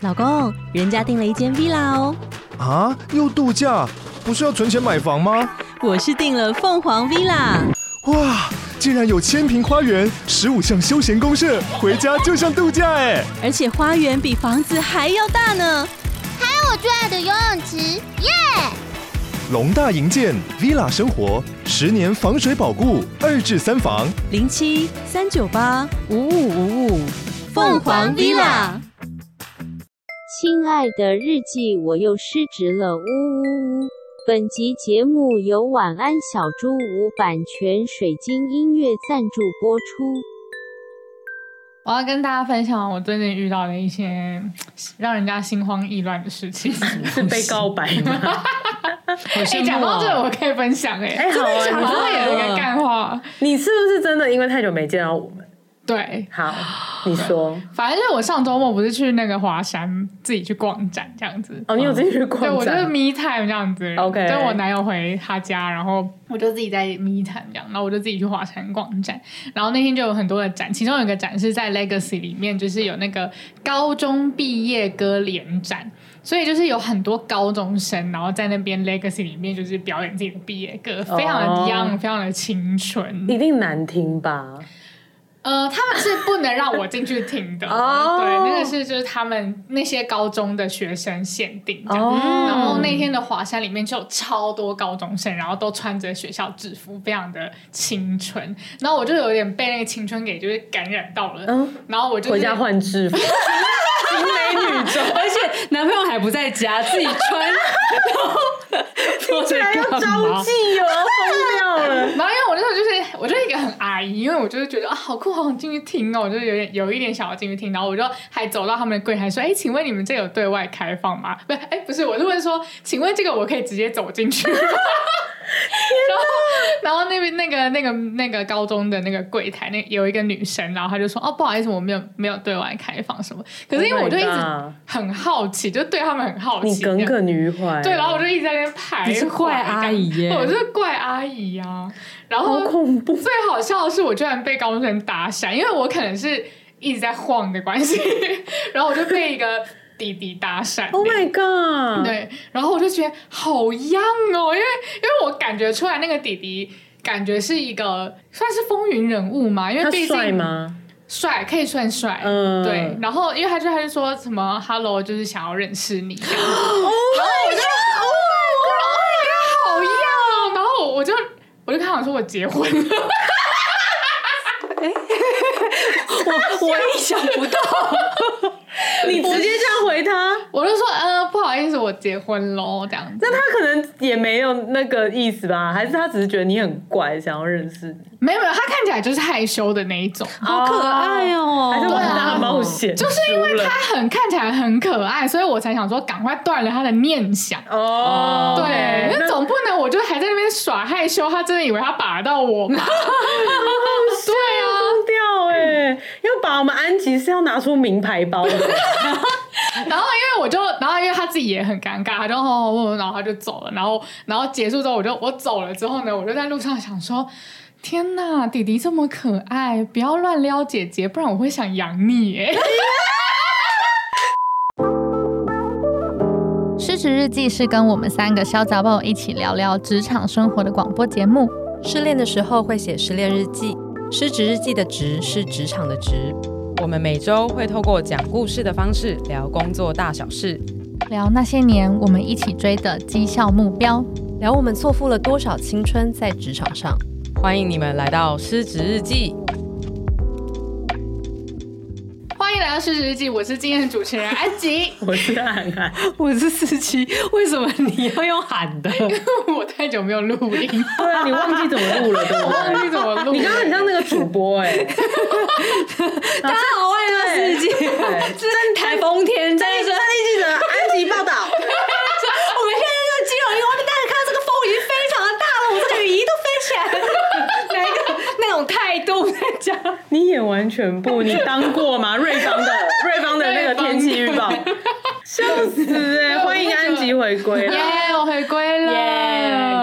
老公，人家订了一间 villa 哦。 啊，又度假？不是要存钱买房吗？ 我是订了凤凰 villa。 哇，竟然有1000坪花园，15项休闲公社，回家就像度假哎！ 而且花园比房子还要大呢。 还有我最爱的游泳池，耶！ 龙大营建 villa 生活，10年防水保固，2至3房 07-398-5555，凤凰 villa。 亲爱的日记，我又失职了，呜呜呜！本集节目由晚安小猪无版权水晶音乐赞助播出。 我要跟大家分享我最近遇到的一些让人家心慌意乱的事情。 是被告白吗？ 讲到这我可以分享好啊，然后也有一个干话。 你是不是真的因为太久没见到我们？ 对， 好，你说。 反正就是我上周末不是去那个华山自己去逛展这样子。 哦，你有自己去逛展？ 对，我就是 me time 这样子。 OK， 就我男友回他家，然后我就自己在 me time 这样，然后我就自己去华山逛展。然后那天就有很多的展，其中有一个展是在 Legacy 里面，就是有那个高中毕业歌联展。所以就是有很多高中生，然后在那边 Legacy 里面就是表演自己的毕业歌，非常的 young，非常的青春， 一定难听吧？ 他们是不能让我进去听的。对，那个是就是他们那些高中的学生限定这样。然后那天的华山里面就有超多高中生，然后都穿着学校制服，非常的青春。然后我就有点被那个青春给就是感染到了。然后我就回家换制服。新美女装， 而且男朋友还不在家，自己穿， 听起来要招妓哦，疯掉了。 然后因为我就是一个很阿姨，因为我就是觉得啊好酷，好想进去听哦，我就有一点想要进去听，然后我就还走到他们的柜台说，请问你们这有对外开放吗？不是，我是问说，请问这个我可以直接走进去吗？然后那边那个高中的那个柜台有一个女生，然后她就说不好意思，我没有对外开放什么。可是因为我就一直很好奇，就对他们很好奇， 你耿耿于怀。 对，然后我就一直在那边徘徊。 你是怪阿姨耶！ 我是怪阿姨啊。然后好恐怖。 最好笑的是，我居然被高中生搭讪，因为我可能是一直在晃的关系，然后我就被一个弟弟搭讪。 Oh my god！ 对，然后我就觉得好young哦，因为我感觉出来那个弟弟感觉是一个算是风云人物嘛，因为毕竟他帅吗？ 帅，可以算帅。对，然后因为他就说什么 hello， 就是想要认识你这样子。然后我就好young哦，然后我就跟他讲说我结婚了。 我意想不到。 你直接这样回他？ 我就说不好意思，我结婚咯这样子。 那他可能也没有那个意思吧？还是他只是觉得你很怪，想要认识你？ 没有，他看起来就是害羞的那一种。 好可爱哦！ 还是玩大冒险？ 就是因为他看起来很可爱，所以我才想说赶快断了他的念想。对，那总不能我就还在那边耍害羞，他真的以为他把得到我吗？对啊， 疯掉要把我们安吉是要拿出名牌包的。 然后因为他自己也很尴尬，他就然后他就走了，然后结束之后我走了之后呢，我就在路上想说，天哪，弟弟这么可爱，不要乱撩姐姐，不然我会想养你耶。 失职日记是跟我们3个小杂宝一起聊聊职场生活的广播节目。 失恋的时候会写失恋日记，失职日记的职是职场的职。我们每周会透过讲故事的方式聊工作大小事， 聊那些年我们一起追的绩效目标， 聊我们错付了多少青春在职场上。欢迎你们来到失职日记。 欢迎来到失职日记，我是今天的主持人安吉。 我是安安， 我是47。为什么你要用喊的？ 因为我太久没有录音。 对啊，你忘记怎么录了，对不对？ 忘记怎么录。 你刚刚很像那个主播大家好，欢迎来到失职日记。这台风天， 战地记者安吉报道。 我们现在这个基隆，我们大家看到这个风已经非常的大了，我这个雨衣都飞起来了。那种态度在讲， 你也完全不，你当过吗？瑞芳的那个天气预报，笑死欢迎安吉回归了。 我回归了。我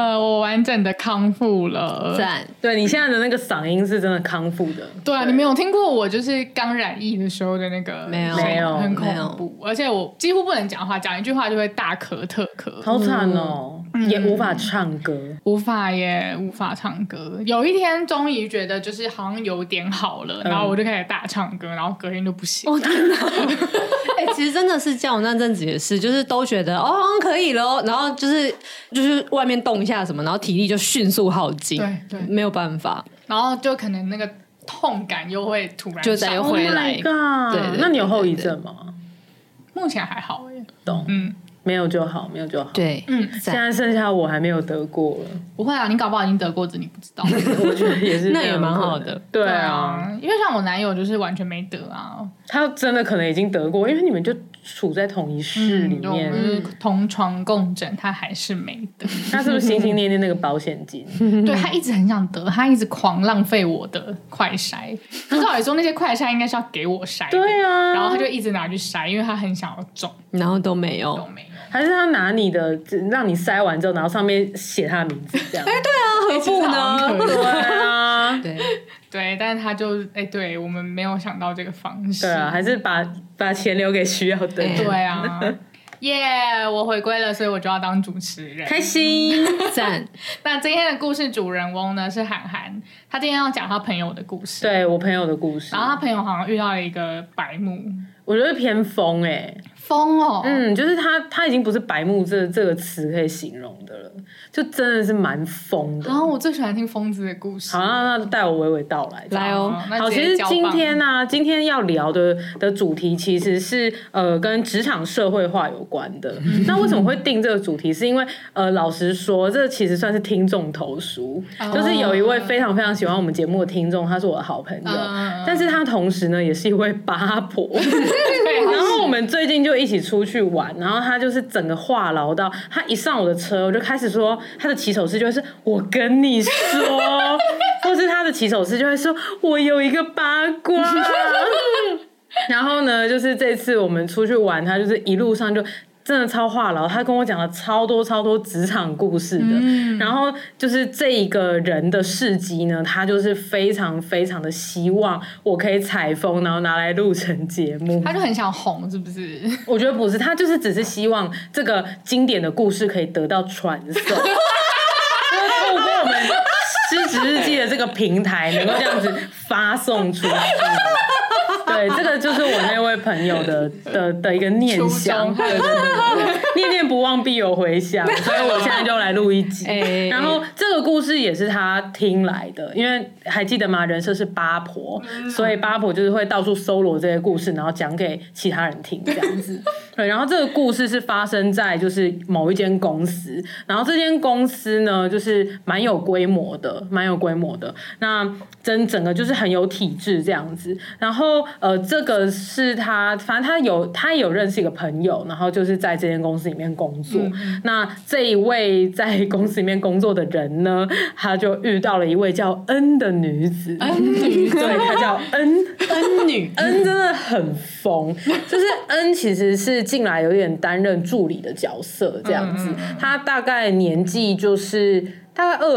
完整的康复了。 赞， 对你现在的那个嗓音是真的康复的。 对啊，你没有听过我就是刚染疫的时候的那个没有很恐怖，而且我几乎不能讲话，讲一句话就会大咳特咳， 好惨哦，也无法唱歌， 无法唱歌。有一天终于觉得就是好像有点好了，然后我就开始大唱歌，然后隔天就不行。 真的，其实真的是这样，我那阵子也是，就是都觉得好像可以了，然后就是外面动一下什么，然后体力就迅速耗尽， 对， 没有办法， 然后就可能那个痛感又会突然就再又回来。 对，那你有后遗症吗？ 目前还好耶， 懂，没有就好，没有就好。 对， 现在剩下我还没有得过了。 不会啊，你搞不好已经得过，只你不知道。 我觉得也是， 那也蛮好的。 对啊， 因为像我男友就是完全没得啊， 他真的可能已经得过，因为你们就处在同一室里面， 同床共枕，他还是没得。 他是不是心心念念那个保险金？ 对，他一直很想得，他一直狂浪费我的快筛。照理说那些快筛应该是要给我筛的， 对啊， 然后他就一直拿去筛，因为他很想要中， 然后都没有。 还是他拿你的让你筛完之后，然后上面写他的名字这样？ 对啊，何不呢？ 对啊， 对，但是他就对我们没有想到这个方式。 对啊，还是把钱留给需要的。 对啊。我回归了，所以我就要当主持人， 开心赞。 那今天的故事主人翁呢是涵涵，他今天要讲他朋友的故事， 对我朋友的故事。 然后他朋友好像遇到了一个白目， 我觉得偏疯疯哦， 就是他已经不是白目这个词可以形容的了，就真的是蛮疯的。 然后我最喜欢听疯子的故事。 好，那带我娓娓道来。 来哦， 好，其实今天要聊的主题其实是跟职场社会化有关的。那为什么会定这个主题？是因为老实说，这其实算是听众投书，就是有一位非常非常喜欢我们节目的听众，他是我的好朋友，但是他同时呢也是一位八婆。然后我们最近就一起出去玩，然后他就是整个话痨到，他一上我的车，我就开始说他的起手式就会是我跟你说，或是他的起手式就会说我有一个八卦。然后呢，就是这次我们出去玩，他就是一路上就真的超话痨，他跟我讲了超多职场故事的。然后就是这一个人的事迹呢，他就是非常非常的希望我可以采风，然后拿来录成节目。 他就很想红，是不是？ 我觉得不是，他就是只是希望这个经典的故事可以得到传颂。就是透过我们失职日记的这个平台，能够这样子发送出去。对，这个就是我那位朋友的一个念想，对，念念不忘必有回响，所以我现在就来录一集。然后这个故事也是他听来的，因为还记得吗？人设是八婆，所以八婆就是会到处搜罗这些故事，然后讲给其他人听这样子。对，然后这个故事是发生在就是某一间公司，然后这间公司呢就是蛮有规模的。那整个就是很有体制这样子。然后这个是他，反正他有认识一个朋友，然后就是在这间公司里面工作。那这一位在公司里面工作的人呢，他就遇到了一位叫恩的女子。对，她叫恩女。恩真的很疯，就是恩其实是进来有点担任助理的角色这样子。她大概年纪就是大概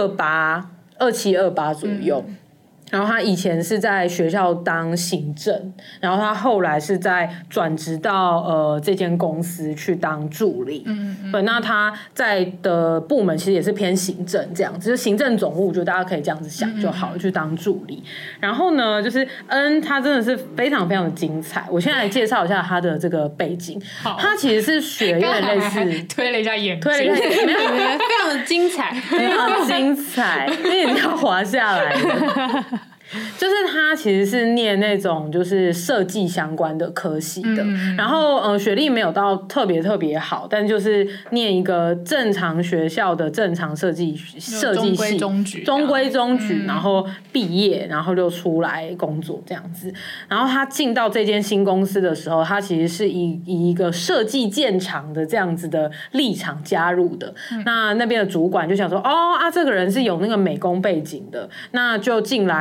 27、28左右。然后他以前是在学校当行政，然后他后来是在转职到这间公司去当助理。对，那他在的部门其实也是偏行政这样，只是行政总务，就大家可以这样子想就好了，去当助理。然后呢，就是他真的是非常非常的精彩。我现在来介绍一下他的这个背景。他其实是学有点类似推了一下眼睛， 非常的精彩， 非常精彩，因为你要滑下来了。就是他其实是念那种就是设计相关的科系的，然后学历没有到特别好，但就是念一个正常学校的正常设计系，中规中矩，然后毕业，然后就出来工作这样子。然后他进到这间新公司的时候，他其实是以一个设计建厂的这样子的立场加入的。那边的主管就想说，这个人是有那个美工背景的，那就进来，那我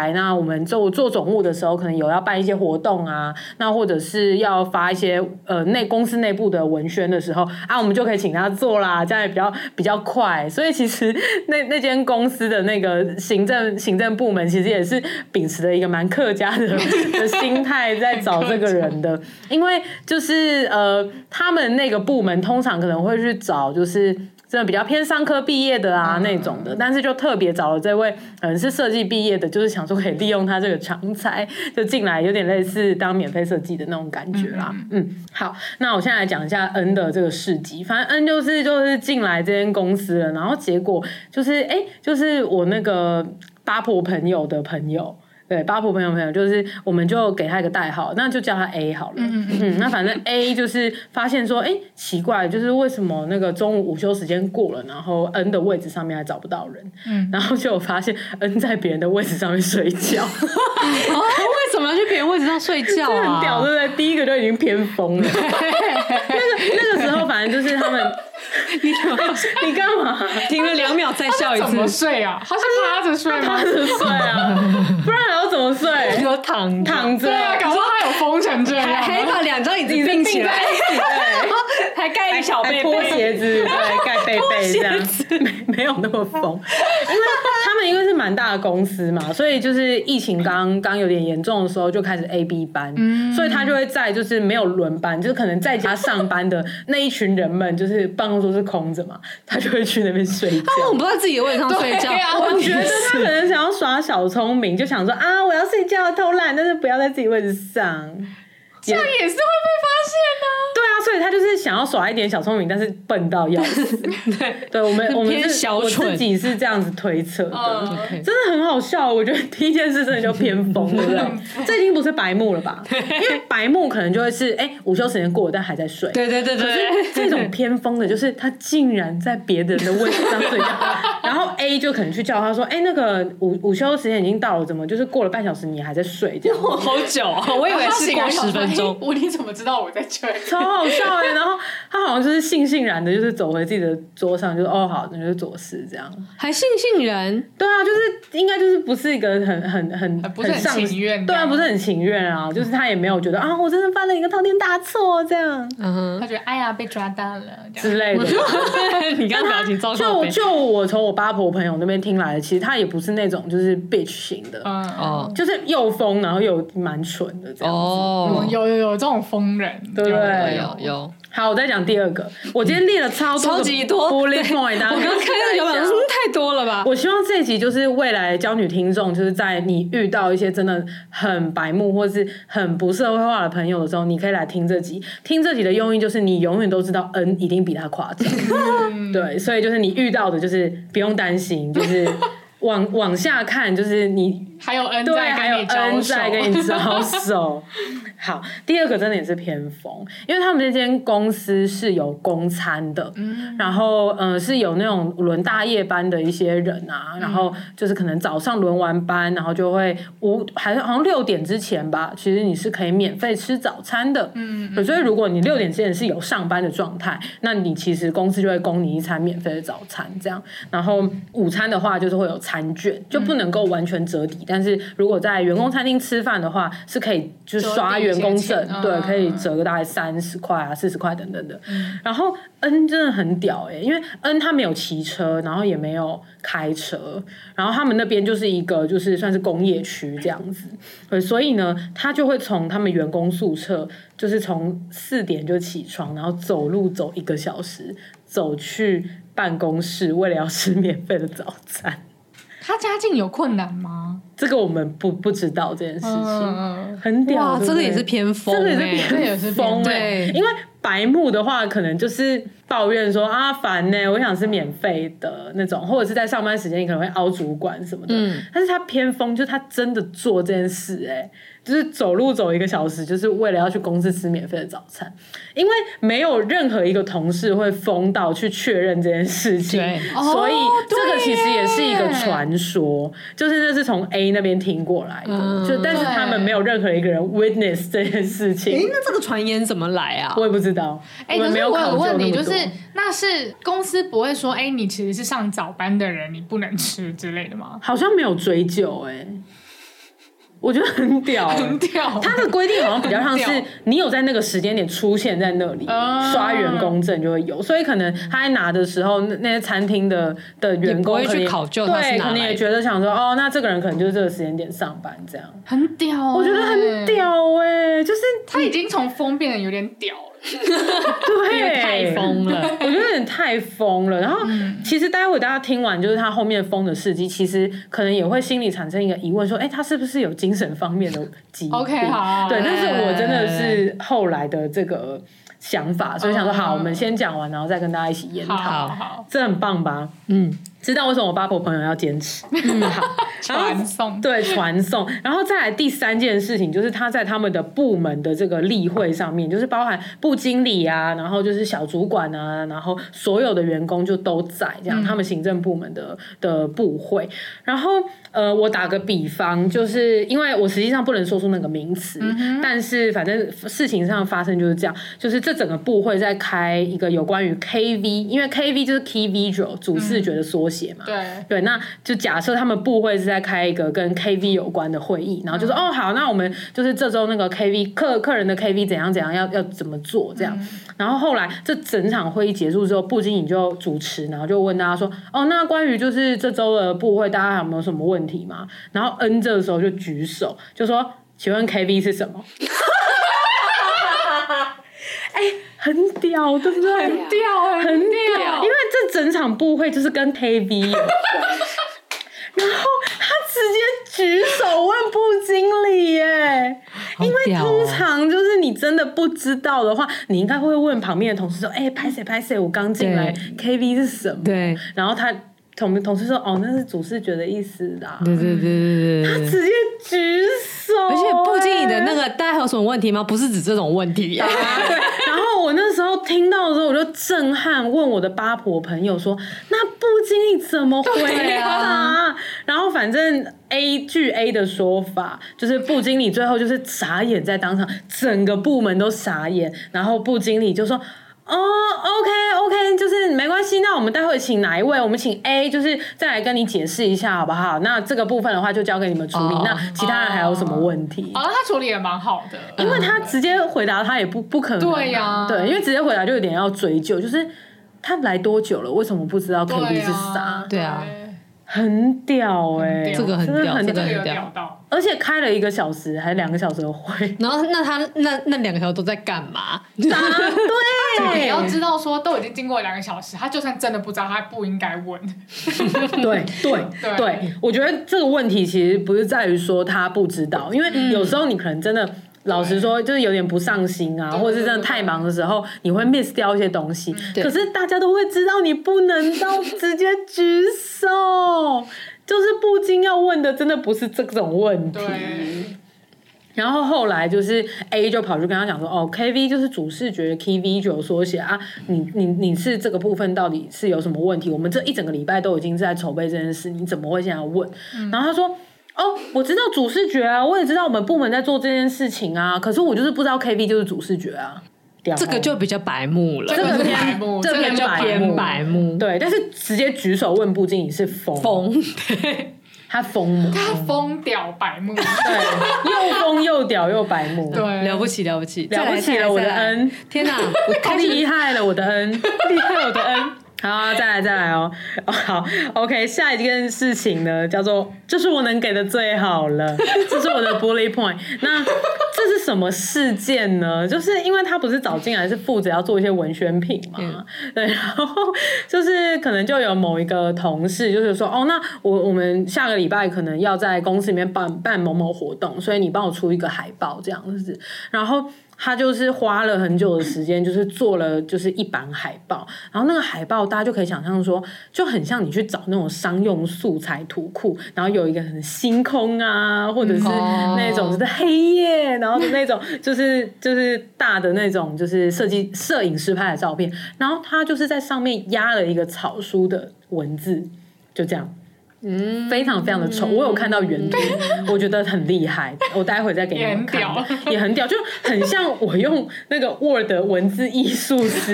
们做总务的时候，可能有要办一些活动啊，那或者是要发一些公司内部的文宣的时候啊，我们就可以请他做啦，这样也比较快。所以其实那间公司的那个行政部门，其实也是秉持了一个蛮客家的心态在找这个人的，因为就是他们那个部门通常可能会去找就是真的比较偏商科毕业的啊那种的，但是就特别找了这位可能是设计毕业的，就是想说可以利用他这个长才就进来，有点类似当免费设计的那种感觉啦。好，那我现在来讲一下 N 的这个事迹。反正 N 就是进来这间公司了，然后结果就是就是我那个八婆朋友的朋友。对，八婆朋友就是我们就给他一个代号，那就叫他 A 好了。那反正 A 就是发现说奇怪，就是为什么那个中午午休时间过了，然后 N 的位置上面还找不到人。然后就发现 N 在别人的位置上面睡觉。 为什么要去别人位置上睡觉啊？ 很屌，对不对？第一个就已经偏疯了。那个时候，反正就是他们。你干嘛？ 停了2秒再笑一次。 怎么睡啊？他是趴着睡吗？ 趴着睡啊，不然还要怎么睡？ 就躺着。 对啊，搞不好他有疯成这样， 还把2张椅子并起来，还盖一小被脱鞋子，对，盖被这样，没有那么疯。因为他们因为是蛮大的公司嘛，所以就是疫情刚有点严重的时候，就开始 A、B 班，所以他就会在就是没有轮班，就是可能在家上班的那一群人们，就是办公桌是空着嘛，他就会去那边睡觉。 他为什么不在自己的位置上睡觉？ 我觉得他可能想要耍小聪明，就想说啊，我要睡觉偷懒，但是不要在自己位置上。 这样也是会被发现的。 对啊，所以他就是想要耍一点小聪明，但是笨到要死。对，我们我自己是这样子推测的，真的很好笑。我觉得第一件事真的就偏疯，对不对？这已经不是白目了吧？因为白目可能就会是午休时间过了，但还在睡。 对。可是这种偏疯的，就是他竟然在别人的位置上睡觉，然后 A 就可能去叫他说：“那个午休时间已经到了，怎么就是过了半小时你还在睡？”这样好久，我以为是过10分钟。 你怎么知道我在睡？ 超好笑然后他好像就是悻然的，就是走回自己的桌上，就是好，那就是做事这样， 还悻然。 对啊，就是应该就是不是一个很不是很情愿， 对啊，不是很情愿啊，就是他也没有觉得我真的犯了一个滔天大错这样， 他觉得哎呀被抓到了之类的。 你刚刚表情糟糕。 就我从我八婆朋友那边听来的，其实他也不是那种就是 bitch 型的，就是又疯然后又蛮蠢的这样子。 有这种疯人， 对不对？ 有。 好，我再讲第二个。我今天列了超级多 bullet point， 我刚看到有本太多了吧？ 我希望这一集就是未来教女听众，就是在你遇到一些真的很白目或是很不社会化的朋友的时候，你可以来听这集。听这集的用意就是你永远都知道 N 一定比他夸张，对，所以就是你遇到的就是不用担心，就是往下看，就是你还有 N 在跟你招手。好，第二个真的也是偏疯，因为他们这间公司是有公餐的，然后是有那种轮大夜班的一些人啊，然后就是可能早上轮完班，然后就会好像6点之前吧，其实你是可以免费吃早餐的，所以如果你6点之前是有上班的状态，那你其实公司就会供你一餐免费的早餐这样，然后午餐的话就是会有餐券，就不能够完全折抵，但是如果在员工餐厅吃饭的话，是可以就是刷员工证，对，可以折个大概30块啊、40块等等的。然后 N 真的很屌因为 N 他没有骑车，然后也没有开车，然后他们那边就是一个就是算是工业区这样子，所以呢，他就会从他们员工宿舍，就是从4点就起床，然后走路走1个小时，走去办公室，为了要吃免费的早餐。 他家境有困难吗？ 这个我们不知道这件事情，很屌。 哇，这个也是偏疯， 这个也是偏疯对， 因为白目的话，可能就是抱怨说烦我想吃免费的那种，或者是在上班时间你可能会凹主管什么的。但是他偏疯，就是他真的做这件事就是走路走1个小时，就是为了要去公司吃免费的早餐。因为没有任何一个同事会疯到去确认这件事情，所以这个其实也是一个传说，就是那是从 A 那边听过来的，但是他们没有任何一个人 witness 这件事情。 那这个传言怎么来啊？ 我也不知道。 可是我有问你，就是那是公司不会说你其实是上早班的人，你不能吃之类的吗？ 好像没有追究我觉得很屌， 很屌。 他的规定好像比较像是你有在那个时间点出现在那里，刷员工证就会有，所以可能他在拿的时候，那些餐厅的员工也不会去考究他是哪来的， 对，可能也觉得想说，哦，那这个人可能就是这个时间点上班这样， 很屌， 我觉得很屌就是他已经从疯变得有点屌了。 对， 太疯了， 我觉得有点太疯了。然后，其实待会大家听完就是他后面疯的事迹，其实可能也会心里产生一个疑问，说，他是不是有精神方面的疾病 ？OK， 好， 对，但是我真的是后来的这个想法，所以想说，好，我们先讲完，然后再跟大家一起研讨。 好， 这很棒吧？知道为什么我八婆朋友要坚持？好， 传送， 对，传送，然后再来第3件事情，就是他在他们的部门的这个例会上面，就是包含部经理啊，然后就是小主管啊，然后所有的员工就都在这样，他们行政部门的部会。然后我打个比方，就是因为我实际上不能说出那个名词，但是反正事情上发生就是这样，就是这整个部会在开一个有关于 KV， 因为 KV 就是 Key Visual 主视觉的缩写嘛，对，那就假设他们部会是在开一个跟 KV 有关的会议，然后就说好，那我们就是这周那个 KV 客人的 KV 怎样要怎么做这样，然后后来这整场会议结束之后，部经理就主持，然后就问大家说，那关于就是这周的部会，大家有没有什么问题吗？然后 N 这个时候就举手，就说，请问 KV 是什么？很屌，对不对？ 很屌， 很屌，因为这整场部会就是跟 KV 有关。然后他直接举手问部经理耶，因为通常就是你真的不知道的话，你应该会问旁边的同事说，拍谁，我刚进来 ，KV 是什么？ 对， 然后他同事说，那是主视觉的意思啦。 对， 他直接举手， 而且部经理的那个大家有什么问题吗？不是指这种问题耶。 对，然后我那时候听到的时候，我就震撼，问我的八婆朋友说：“那部经理怎么回答？”然后反正据 A 的说法，就是部经理最后就是傻眼在当场，整个部门都傻眼，然后部经理就说。OK， 就是没关系。那我们待会请哪一位？我们请 A， 就是再来跟你解释一下好不好？那这个部分的话就交给你们处理。那其他人还有什么问题？ 他处理也蛮好的， 因为他直接回答他也不可能。 对呀， 对，因为直接回答就有点要追究，就是他来多久了？为什么不知道 KV 是啥？ 对啊。 很屌这个很屌， 这个很屌到， 而且开了1个小时还2个小时的会， 然后那他那2个小时都在干嘛？ 对， 你要知道说都已经经过2个小时，他就算真的不知道，他不应该问。 对，我觉得这个问题其实不是在于说他不知道，因为有时候你可能真的。老实说，就是有点不上心啊，或者是真的太忙的时候，你会 miss 掉一些东西。可是大家都会知道，你不能到直接举手，就是部经要问的，真的不是这种问题。然后后来就是 A 就跑去跟他讲说，KV 就是主视觉 Key Visual 缩写啊，你是这个部分到底是有什么问题？我们这一整个礼拜都已经在筹备这件事，你怎么会现在问？然后他说。我知道主视觉啊，我也知道我们部门在做这件事情啊，可是我就是不知道 KV 就是主视觉啊。 这个就比较白目了， 这个偏白目。 对，但是直接举手问部经理是疯，对，他疯屌白目， 对，又疯又屌又白目， 对， 了不起了， 我的 N， 天哪，厉害了我的 N， 厉害了我的 N。好，再来好 ，OK， 下一件事情呢，叫做这是我能给的最好了，这是我的 bullet point。那这是什么事件呢？就是因为他不是早进来是负责要做一些文宣品嘛，对，然后就是可能就有某一个同事就是说，那我们下个礼拜可能要在公司里面办某某活动，所以你帮我出一个海报这样子，然后。他就是花了很久的时间，就是做了就是1版海报，然后那个海报大家就可以想象说，就很像你去找那种商用素材图库，然后有一个很星空啊，或者是那种就是黑夜，然后的那种就是大的那种就是摄影师拍的照片，然后他就是在上面压了一个草书的文字，就这样。非常非常的丑，我有看到原图，我觉得很厉害，我待会再给你们看，也很屌，就很像我用那个 Word 文字艺术师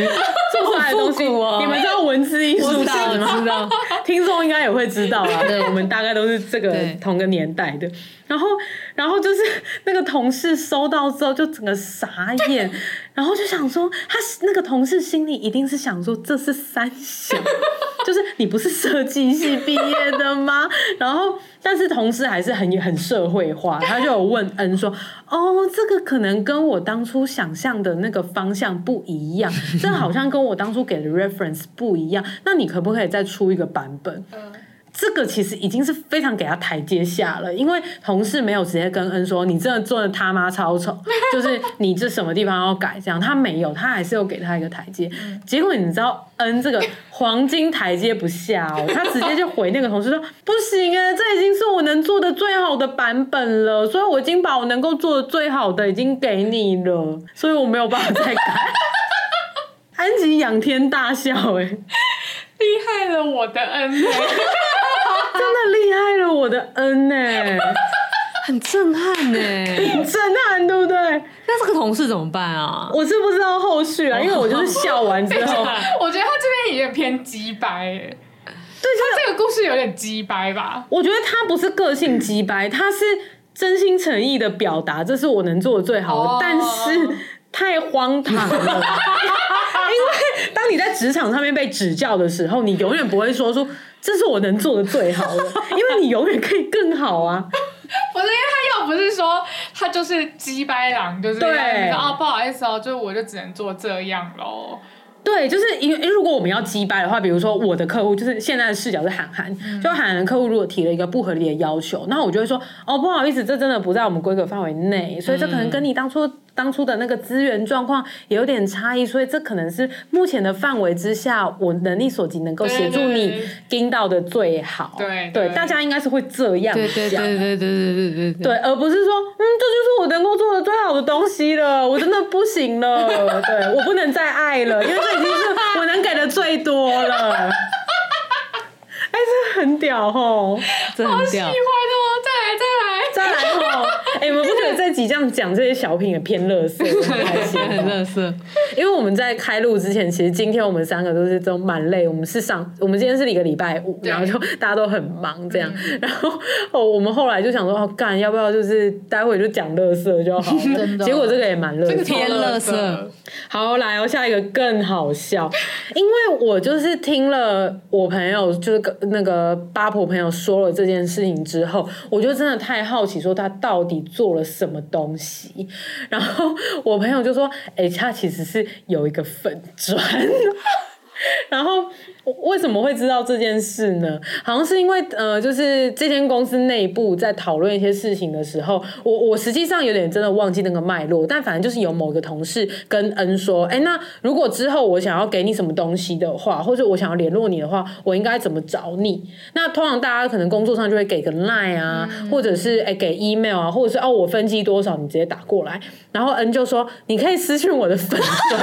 做出来的东西，你们知道文字艺术史吗？ 知道， 听众应该也会知道啦。对，我们大概都是这个同个年代的。然后就是那个同事收到之后就整个傻眼，然后就想说，他那个同事心里一定是想说这是三小，就是你不是设计系毕业的吗？然后但是同事还是很社会化，他就有问恩说，哦，这个可能跟我当初想象的那个方向不一样，这好像跟我当初给的 reference 不一样，那你可不可以再出一个版本？这个其实已经是非常给他台阶下了，因为同事没有直接跟恩说你真的做的他妈超丑，就是你这什么地方要改，这样他没有，他还是有给他一个台阶。结果你知道恩这个黄金台阶不下哦，他直接就回那个同事说不行哎，这已经是我能做的最好的版本了，所以我已经把我能够做的最好的已经给你了，所以我没有办法再改。安吉仰天大笑哎， 厉害了我的恩真的厉害了我的恩欸， 很震撼欸， 很震撼，对不对？ 那这个同事怎么办啊？ 我是不知道后续啊，因为我就是笑完之后， 我觉得他这边有点偏鸡掰欸。对，他这个故事有点鸡掰吧？ 我觉得他不是个性鸡掰，他是真心诚意的表达，这是我能做的最好的，但是太荒唐了。因为当你在职场上面被指教的时候，你永远不会说出这是我能做的最好的，因为你永远可以更好啊。 不是，因为他又不是说他就是鸡掰狼，就是对啊，不好意思哦，就是我就只能做这样咯。 对，就是因为如果我们要击败的话，比如说我的客户，就是现在的视角是韩寒，就韩寒客户如果提了一个不合理的要求，那我就会说哦，不好意思，这真的不在我们规格范围内，所以这可能跟你当初的那个资源状况也有点差异，所以这可能是目前的范围之下，我能力所及能够协助你盯到的最好。对，大家应该是会这样想，对，而不是说这就是我能够做的最好的东西了，我真的不行了，对，我不能再爱了，因为这已经是我能给的最多了。哎，这很屌吼， 这很屌，好喜欢哦！再来吼！哎，你们不觉得这集这样讲这些小品也偏垃圾，很开心， 很垃圾？因为我们在开录之前，其实今天我们三个都是都蛮累，我们今天是一个礼拜五，然后就大家都很忙这样，然后我们后来就想说，干要不要就是待会就讲垃圾就好了？结果这个也蛮垃圾， 这个偏垃圾。 好，来下一个更好笑，因为我就是听了我朋友就是那个八婆朋友说了这件事情之后，我就真的太好奇说他到底做了什么东西，然后我朋友就说他其实是有一个粉专然后为什么会知道这件事呢？好像是因为就是这间公司内部在讨论一些事情的时候，我实际上有点真的忘记那个脉络，但反正就是有某个同事跟恩说，那如果之后我想要给你什么东西的话，或者我想要联络你的话，我应该怎么找你？那通常大家可能工作上就会给个 LINE 啊，或者是给 email 啊，或者是我分机多少你直接打过来，然后恩就说你可以私讯我的粉专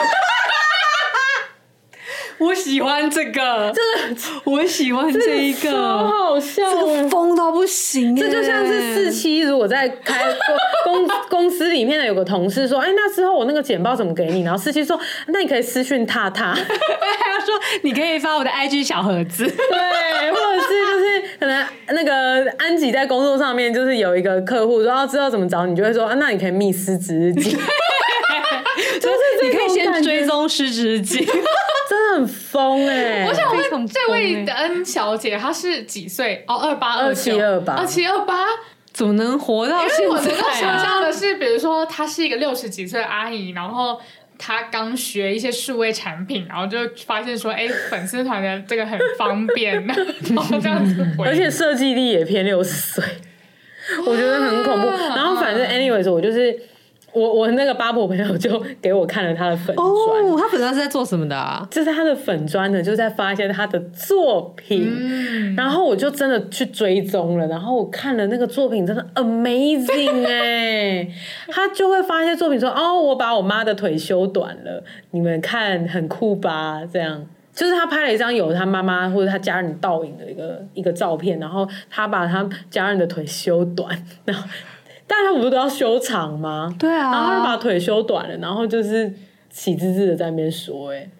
我喜欢这个，我喜欢这一个， 超好笑， 这个疯到不行耶！ 这就像是47如果在开公司里面的有个同事说，那之后我那个简报怎么给你？然后47说，那你可以私讯他，他说你可以发我的 IG 小盒子， 对，或者是就是可能那个安吉在工作上面就是有一个客户说知道怎么找你，就会说那你可以密失职日记，就是你可以先追踪失职日记。 真的很疯我想问这位的恩小姐，她是几岁？2728， 怎么能活到现在？ 因为我能够想象的是，比如说她是一个60几岁的阿姨，然后她刚学一些数位产品，然后就发现说，粉丝团的这个很方便，然后这样子回， 而且设计力也偏60岁，我觉得很恐怖。然后反正 anyways 我就是。我那个八婆朋友就给我看了他的粉专， 他粉专是在做什么的啊？ 就是他的粉专呢，就在发一些他的作品，然后我就真的去追踪了，然后我看了那个作品，真的 amazing 他就会发一些作品说，我把我妈的腿修短了，你们看很酷吧？这样。就是他拍了一张有他妈妈或者他家人倒影的一个照片，然后他把他家人的腿修短，然后。但他不是都要修长吗？ 对啊， 然后他就把腿修短了，然后就是喜滋滋的在那边说，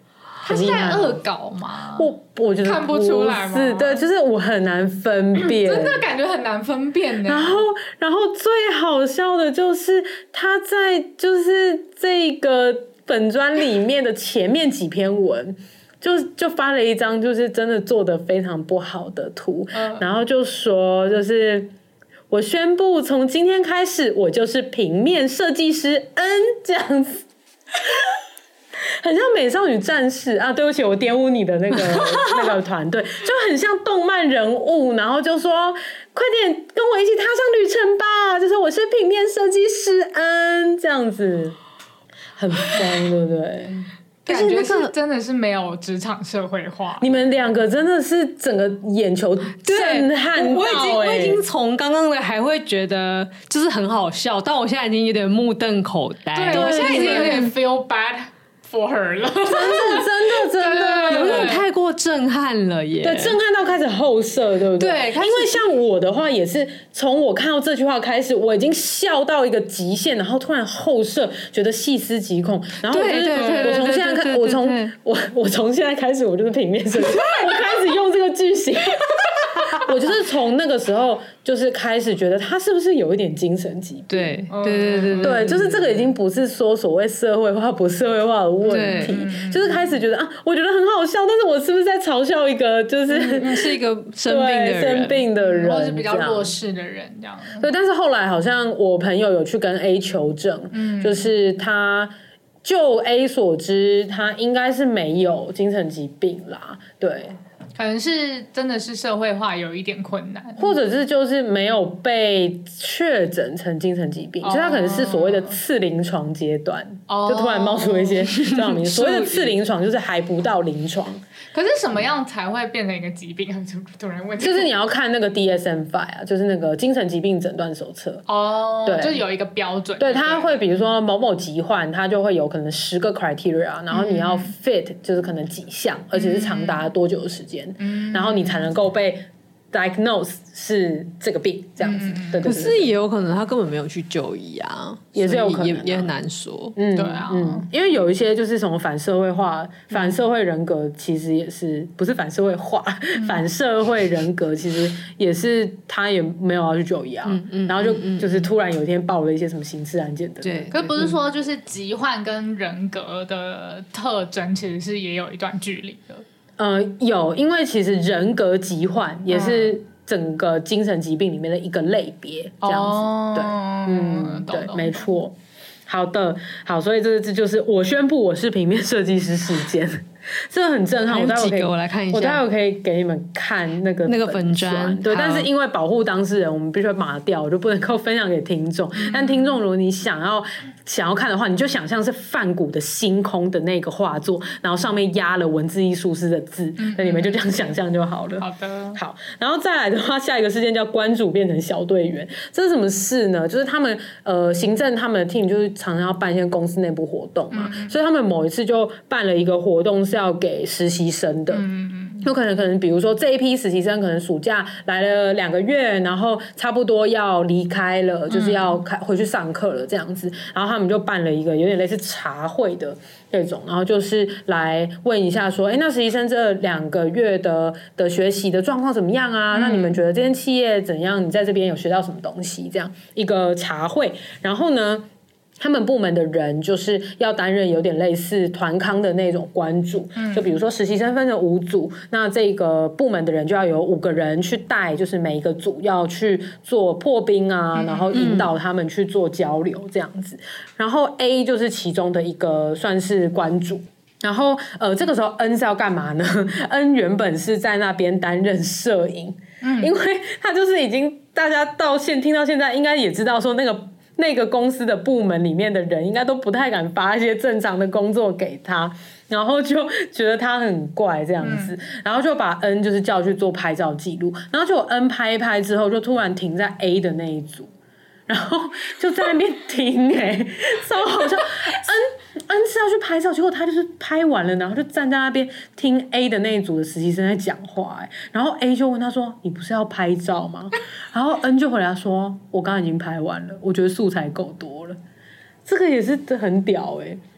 他是在恶搞吗？ 我觉得看不出来吗？ 是，对，就是我很难分辨， 真的感觉很难分辨呢。 然后最好笑的就是他在就是这个本专里面的前面几篇文。就发了一张就是真的做得非常不好的图，然后就说就是我宣布从今天开始我就是平面设计师这样子。很像美少女战士啊！对不起，我玷污你的那个团队，就很像动漫人物，然后就说快点跟我一起踏上旅程吧，就是我是平面设计师这样子，很疯，对不对？ 感觉是真的是没有职场社会化。 你们两个真的是整个眼球震撼到我已经从刚刚的还会觉得就是很好笑，但我现在已经有点目瞪口呆。 对，我现在已经有点 feel bad for her 了， 真的有点太过震撼了耶。 对，震撼到开始后射，对不对？对，因为像我的话也是从我看到这句话开始，我已经笑到一个极限，然后突然后射，觉得细思极恐。然后我从现在开，我从现在开始，我就是平面设计，我开始用这个句型。我就是从那个时候就是开始觉得他是不是有一点精神疾病？对，就是这个已经不是说所谓社会化不社会化的问题，就是开始觉得我觉得很好笑，但是我是不是在嘲笑一个就是是一个生病的人， 或是比较弱势的人这样？ 对，但是后来好像我朋友有去跟 A 求证，就是他就 A 所知，他应该是没有精神疾病啦，对。 可能是真的是社会化有一点困难， 或者是就是没有被确诊成精神疾病，就他可能是所谓的次临床阶段，就突然冒出一些这样名字。所谓的次临床就是还不到临床。 可是什么样才会变成一个疾病？突然问， 就是你要看那个 DSM-5 啊，就是那个精神疾病诊断手册对，就是有一个标准。 对，它会比如说某某疾患，它就会有可能10个 criteria， 然后你要 fit 就是可能几项，而且是长达多久的时间，然后你才能够被 diagnose 是这个病这样子。对， 可是也有可能他根本没有去就医啊， 也是有可能， 也很难说。 对啊， 因为有一些就是什么反社会化、反社会人格，其实也是不是反社会化，反社会人格其实也是他也没有要去就医啊，然后就是突然有一天爆了一些什么刑事案件的。 对， 可是不是说就是疾患跟人格的特征其实是也有一段距离的。 有，因为其实人格疾患也是整个精神疾病里面的一个类别，这样子。对，对，没错。好的，好，所以这就是我宣布我是平面设计师事件。这个很震撼， 我来看一下， 我待会可以给你们看那个粉专， 对，但是因为保护当事人，我们必须码掉，我就不能够分享给听众。但听众如果你想要看的话，你就想象是梵谷的星空的那个画作，然后上面压了文字艺术师的字，那你们就这样想象就好了。 好的， 好，然后再来的话，下一个事件叫关主变成小队员，这是什么事呢？就是他们行政他们的 team 就是常常要办一些公司内部活动嘛，所以他们某一次就办了一个活动是要给实习生的。有可能比如说这一批实习生可能暑假来了2个月，然后差不多要离开了，就是要回去上课了这样子，然后他们就办了一个有点类似茶会的这种，然后就是来问一下说，那实习生这2个月的学习的状况怎么样啊？那你们觉得这间企业怎样？你在这边有学到什么东西？这样一个茶会，然后呢，他们部门的人就是要担任有点类似团康的那种关主，就比如说实习生分成5组，那这个部门的人就要有5个人去带，就是每一个组要去做破冰啊，然后引导他们去做交流这样子。然后 A 就是其中的一个算是关主。然后这个时候 N 是要干嘛呢？ N 原本是在那边担任摄影，因为他就是已经大家听到现在应该也知道说那个公司的部门里面的人应该都不太敢发一些正常的工作给他，然后就觉得他很怪这样子，然后就把 N 就是叫去做拍照记录，然后就 N 拍一拍之后就突然停在 A 的那一组，然后就在那边听超好笑。N 是要去拍照，结果他就是拍完了，然后就站在那边听 A 的那一组的实习生在讲话，然后 A 就问他说：“你不是要拍照吗？”然后 N 就回答说：“我刚刚已经拍完了，我觉得素材够多了。”这个也是很屌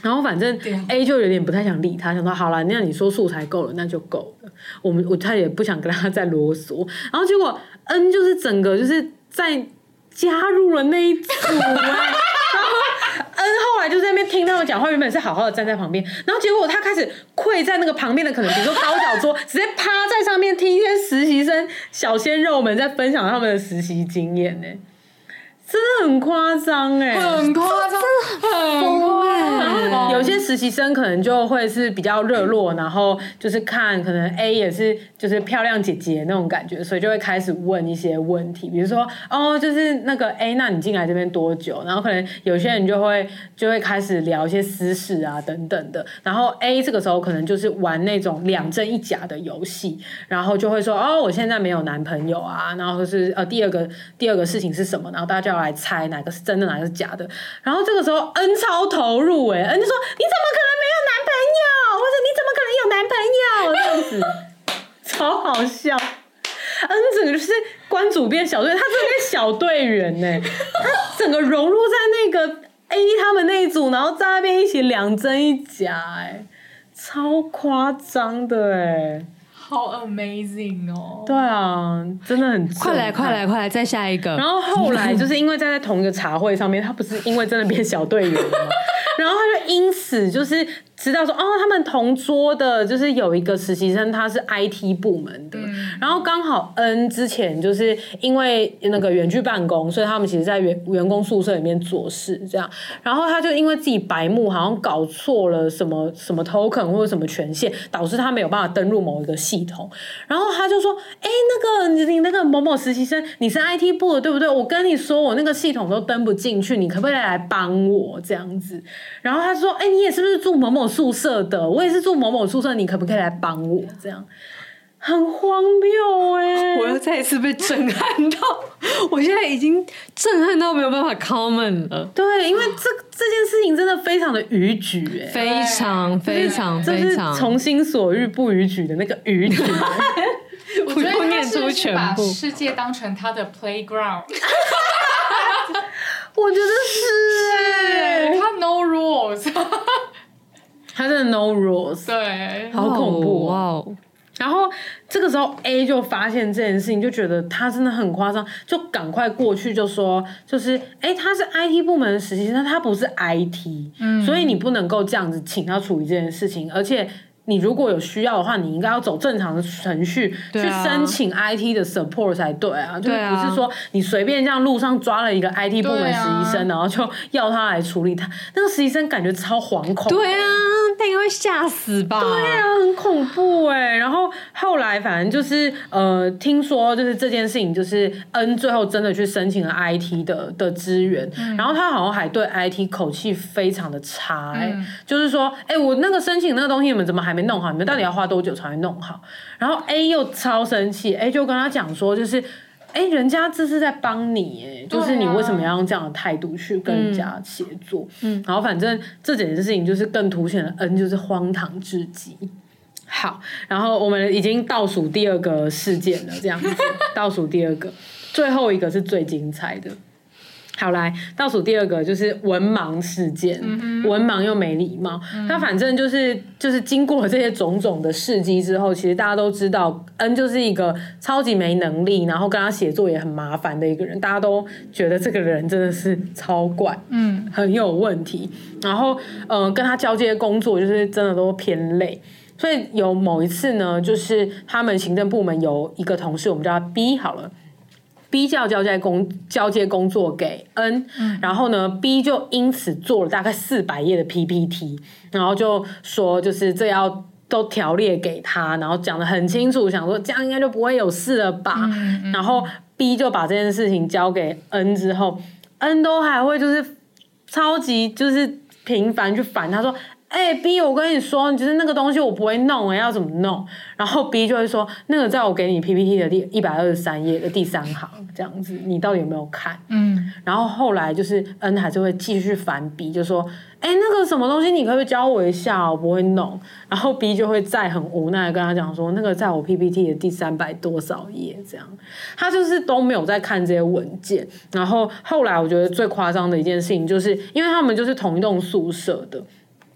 然后反正 A 就有点不太想理他，想说好啦，那你说素材够了，那就够了。他也不想跟他再啰嗦。然后结果 N 就是整个就是在加入了那一组然后 N 后来就在那边听他们讲话，原本是好好的站在旁边，然后结果他开始跪在那个旁边的可能比如说高脚桌，直接趴在上面听一些实习生小鲜肉们在分享他们的实习经验真的很夸张很夸张，很夸张。 有些实习生可能就会是比较热络，然后就是看可能 A 也是就是漂亮姐姐那种感觉，所以就会开始问一些问题，比如说就是那个 A 那你进来这边多久？然后可能有些人就会开始聊一些私事啊等等的，然后 A 这个时候可能就是玩那种2真1假的游戏，然后就会说我现在没有男朋友啊，然后就是第二个事情是什么，然后大家要来猜哪个是真的哪个是假的，然后这个时候 N 超投入N就说你怎么可能没有男朋友，或者你怎么可能有男朋友这样子，超好笑。N 整个就是关主编小队，他真的是小队员他整个融入在那个 A 他们那一组，然后在那边一起2真1假超夸张的好 amazing 对啊，真的很快来，再下一个。 然后后来就是因为在同一个茶会上面，他不是因为真的变小队员了吗？然后他就因此就是知道说他们同桌的就是有一个实习生，他是 IT 部门的，然后刚好 N 之前就是因为那个远距办公，所以他们其实在员工宿舍里面做事这样，然后他就因为自己白目，好像搞错了什么 token 或者什么权限，导致他没有办法登入某一个系统，然后他就说你那个某某实习生，你是 IT 部的对不对？我跟你说我那个系统都登不进去，你可不可以来帮我这样子？然后他说你也是不是住某某宿舍的？我也是住某某宿舍，你可不可以来帮我？这样很荒谬我又再一次被震撼到，我现在已经震撼到没有办法 comment 了。 对，因为这件事情真的非常的逾矩非常非常非常， 就是从心所欲不逾矩的那个逾矩。 我觉得他是把世界当成他的 playground。 我觉得是他 no rules。 他真的 no rules， 对， 好恐怖然后这个时候 A 就发现这件事情，就觉得他真的很夸张，就赶快过去就说，就是他是 IT 部门的实习生，他不是 IT，所以你不能够这样子请他处理这件事情，而且你如果有需要的话，你应该要走正常的程序去申请 IT 的 support 才对啊，就是不是说你随便这样路上抓了一个 IT 部门实习生，然后就要他来处理他，那个实习生感觉超惶恐。 对啊，他应该会吓死吧？ 对啊，很恐怖然后后来反正就是听说就是这件事情，就是 N 最后真的去申请了 IT 的资源，然后他好像还对 IT 口气非常的差就是说我那个申请那个东西你们怎么还没弄好？你们到底要花多久才会弄好？然后 A 又超生气 ，A 就跟他讲说，就是人家这是在帮你就是你为什么要用这样的态度去跟人家协作？然后反正这整件事情就是更凸显了 N 就是荒唐至极。好，然后我们已经倒数第2个事件了，这样子倒数第2个，最后一个是最精彩的。好，来倒数第2个就是文盲事件，文盲又没礼貌。那反正就是经过了这些种种的事迹之后，其实大家都知道 N 就是一个超级没能力，然后跟他协作也很麻烦的一个人，大家都觉得这个人真的是超怪，很有问题。然后跟他交接工作就是真的都偏累。所以有某一次呢，就是他们行政部门有一个同事，我们叫他 B 好了。B 交接工作给 N，然后呢 B 就因此做了大概400页的 PPT， 然后就说就是这要都条列给他，然后讲得很清楚，想说这样应该就不会有事了吧。然后 B 就把这件事情交给 N 之后， N 都还会就是超级就是频繁去烦他说B 我跟你说就是那个东西我不会弄要怎么弄，然后 B 就会说那个在我给你 PPT 的第123页的第3行这样子，你到底有没有看？然后后来就是 N 还是会继续烦 B， 就说那个什么东西你可不可以教我一下我不会弄，然后 B 就会再很无奈的跟他讲说那个在我 PPT 的第300多少页这样，他就是都没有在看这些文件。然后后来我觉得最夸张的一件事情就是因为他们就是同一栋宿舍的，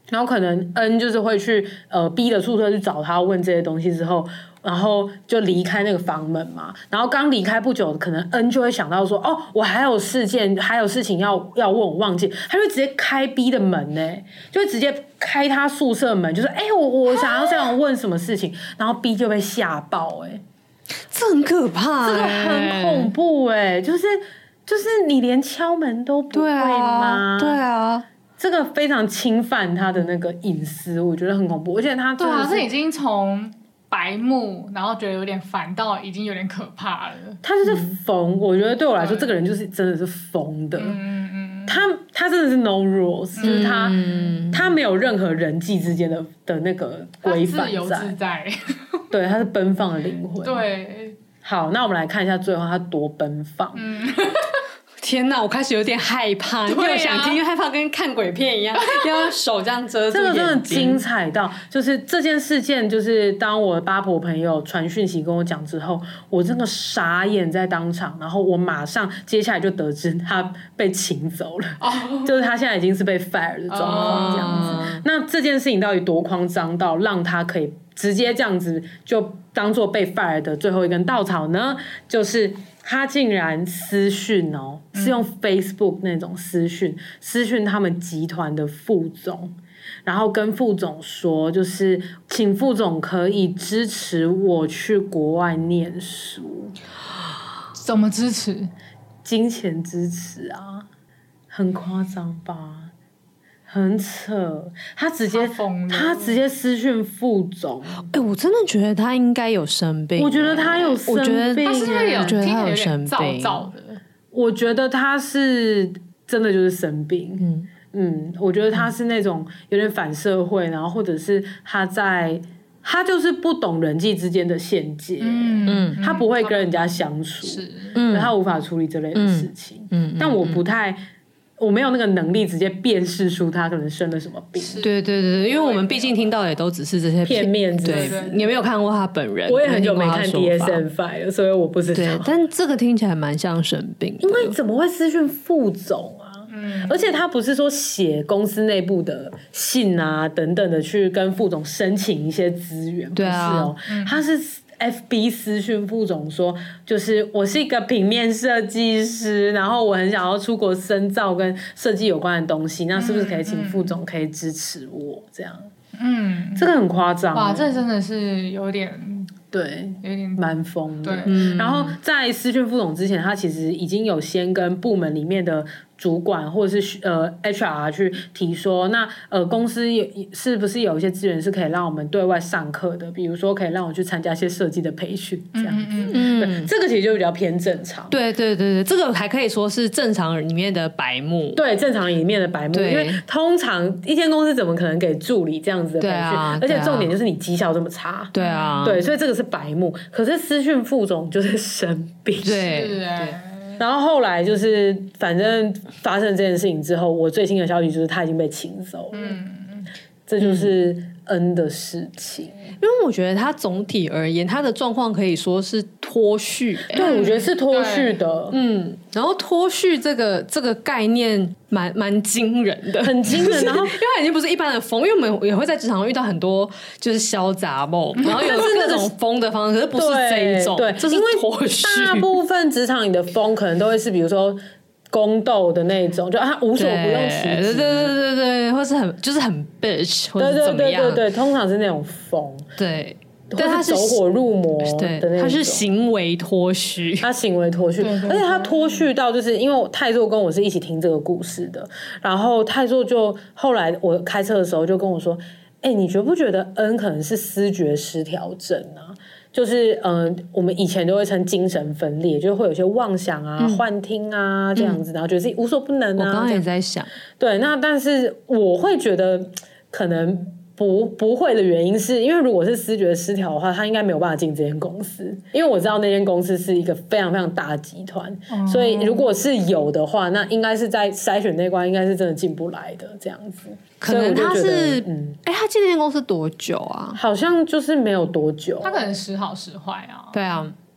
然后可能 N 就是会去B 的宿舍去找他问这些东西之后，然后就离开那个房门嘛。然后刚离开不久，可能 N 就会想到说，哦，我还有事情要问，我忘记，他就直接开 B 的门呢，就会直接开他宿舍门，就说，我想要这样问什么事情，然后 B 就被吓爆， 这很可怕， 这个很恐怖，就是你连敲门都不会吗？ 对啊。 这个非常侵犯他的那个隐私，我觉得很恐怖，而且他真的是这已经从白目，然后觉得有点烦到已经有点可怕了。 他就是疯，我觉得对我来说，这个人就是真的是疯的。他真的是 no rules，就是他没有任何人际之间的那个规范在， 自由自在。 对，他是奔放的灵魂。 对， 好，那我们来看一下最后他多奔放。 天哪，我开始有点害怕，又想听，又害怕，跟看鬼片一样，要手这样遮住眼睛。 这个真的精彩到，就是这件事件，就是当我八婆朋友传讯息跟我讲之后，我真的傻眼在当场，然后我马上接下来就得知他被请走了，就是他现在已经是被 fire 的状况这样子。那这件事情到底多夸张到让他可以直接这样子就当做被 fire 的最后一根稻草呢？就是他竟然私讯是用 Facebook 那种私讯他们集团的副总，然后跟副总说，就是请副总可以支持我去国外念书。 怎么支持？ 金钱支持啊，很夸张吧？很扯，他直接私讯副总。 我真的觉得他应该有生病。 我觉得他有生病， 他是不是有？ 我觉得他有生病， 躁的。 我觉得他是真的就是生病。我觉得他是那种有点反社会，然后或者是他就是不懂人际之间的限界。他不会跟人家相处，他无法处理这类的事情。但我没有那个能力直接辨识出他可能生了什么病。 对，因为我们毕竟听到的也都只是这些片面之类的。你有没有看过他本人？ 我也很久没看 DSM-5 了，所以我不知道。 对，但这个听起来蛮像生病的。 因为怎么会私讯副总啊？而且他不是说写公司内部的信啊等等的去跟副总申请一些资源， 对啊， 不是他是FB 私讯副总说，就是我是一个平面设计师，然后我很想要出国深造跟设计有关的东西，那是不是可以请副总可以支持我这样？这个很夸张。 哇，这真的是有点。 对， 有点蛮疯的。然后在私讯副总之前，他其实已经有先跟部门里面的主管或者是HR 去提说，那公司是不是有一些资源是可以让我们对外上课的？比如说可以让我去参加一些设计的培训这样子。对，这个其实就比较偏正常。 对，这个还可以说是正常里面的白目。 对，正常里面的白目，因为通常一间公司怎么可能给助理这样子的培训？而且重点就是你绩效这么差。 对啊， 对，所以这个是白目。可是私讯副总就是生病。 对。 然后后来就是反正发生这件事情之后，我最新的消息就是他已经被请走了。这就是N 的事情。 因为我觉得他总体而言，他的状况可以说是脱序。 对，我觉得是脱序的。 然后脱序这个概念蛮惊人的， 很惊人。然后因为他已经不是一般的疯，因为我们也会在职场遇到很多就是潇洒梦，然后有各种疯的方式，可是不是这一种。对， 这是脱序。大部分职场里的疯可能都会是比如说宫斗的那种，就他无所不用其极。 对，或是很 bitch， 或者怎么样。 对，通常是那种疯。 对。 但他是走火入魔的那种， 他是行为脱序， 而且他脱序到就是因为泰座跟我是一起听这个故事的，然后泰座就后来我开车的时候就跟我说，你觉不觉得 N 可能是思觉失调症啊？就是我们以前都会称精神分裂，就会有些妄想啊、幻听啊这样子，然后觉得自己无所不能啊。 我刚刚也在想， 对，那但是我会觉得可能。不会的原因是因为如果是思觉失调的话，他应该没有办法进这间公司，因为我知道那间公司是一个非常非常大的集团，所以如果是有的话，那应该是在筛选那关应该是真的进不来的这样子。 可能他是他进那间公司多久啊？ 好像就是没有多久， 他可能时好时坏啊。 对啊。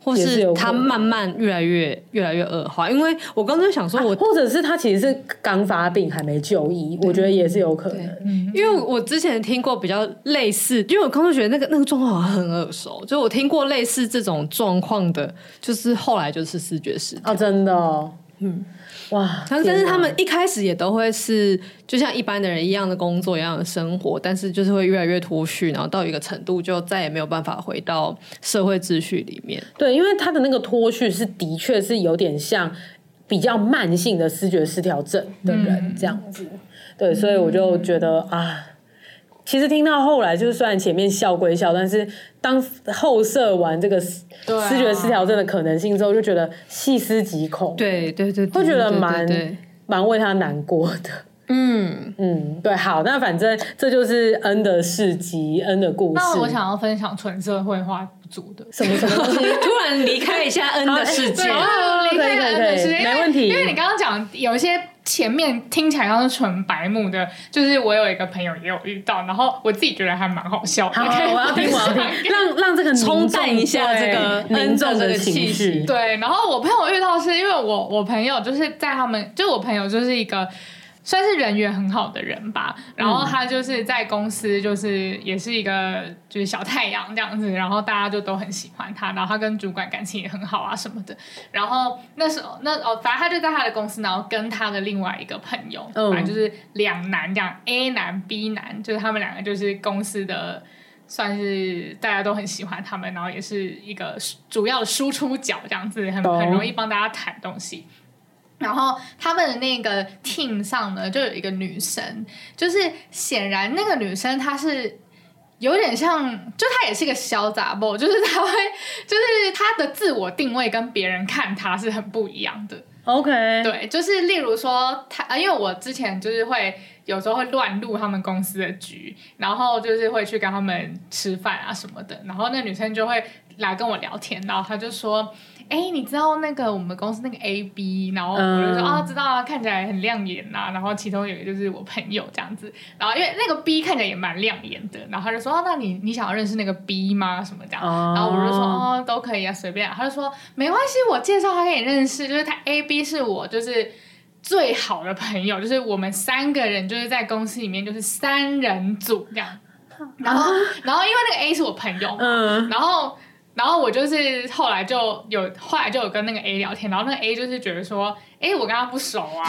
或是他慢慢越来越恶化。因为我刚才想说或者是他其实是刚发病还没就医，我觉得也是有可能。 因为我之前听过比较类似，因为我刚刚觉得那个状况好像很耳熟，就我听过类似这种状况的，就是后来就是思觉失调。 真的哦。哇！ 但是他们一开始也都会是就像一般的人一样的工作一样的生活，但是就是会越来越脱序，然后到一个程度就再也没有办法回到社会秩序里面。 对，因为他的那个脱序是的确是有点像比较慢性的思觉失调症的人这样子。对，所以我就觉得其实听到后来，就是虽然前面笑归笑，但是当后设完这个思觉失调症的可能性之后，就觉得细思极恐。 对，会觉得蛮为他难过的。对，好，那反正这就是 N 的事迹 ，N 的故事。 那我想要分享纯社会化组的什么东西， 突然离开一下 N 的世界， 离开 N 的世界， 没问题。 因为你刚刚讲有一些前面听起来像是纯白目的，就是我有一个朋友也有遇到，然后我自己觉得还蛮好笑的。 好，我要听，让这个冲淡一下这个凝重的情绪。 对，然后我朋友遇到是因为我朋友就是在他们，就我朋友就是一个。算是人缘很好的人吧，然后他就是在公司就是也是一个就是小太阳这样子，然后大家就都很喜欢他，然后他跟主管感情也很好啊什么的。然后那时候反正他就在他的公司，然后跟他的另外一个朋友，反正就是两男这样 ，A 男 B 男，就是他们两个就是公司的。算是大家都很喜欢他们，然后也是一个主要的输出角这样子，很容易帮大家谈东西。然后他们的那个 team 上呢，就有一个女生，就是显然那个女生她是有点像，就她也是一个小杂包，就是她会，就是她的自我定位跟别人看她是很不一样的。 OK， 对，就是例如说因为我之前就是会有时候会乱入他们公司的局，然后就是会去跟他们吃饭啊什么的，然后那女生就会来跟我聊天，然后她就说你知道那个我们公司那个 AB， 然后我就说知道啊，看起来很亮眼啊，然后其中有一个就是我朋友这样子，然后因为那个 B 看起来也蛮亮眼的，然后他就说那你想要认识那个 B 吗？什么这样，然后我就说都可以啊，随便啊。他就说没关系，我介绍他给你认识，就是他 AB 是我就是最好的朋友，就是我们3个人就是在公司里面就是3人组这样，然后因为那个 A 是我朋友嘛，然后我就是后来就有跟那个 A 聊天，然后那个 A 就是觉得说我跟他不熟啊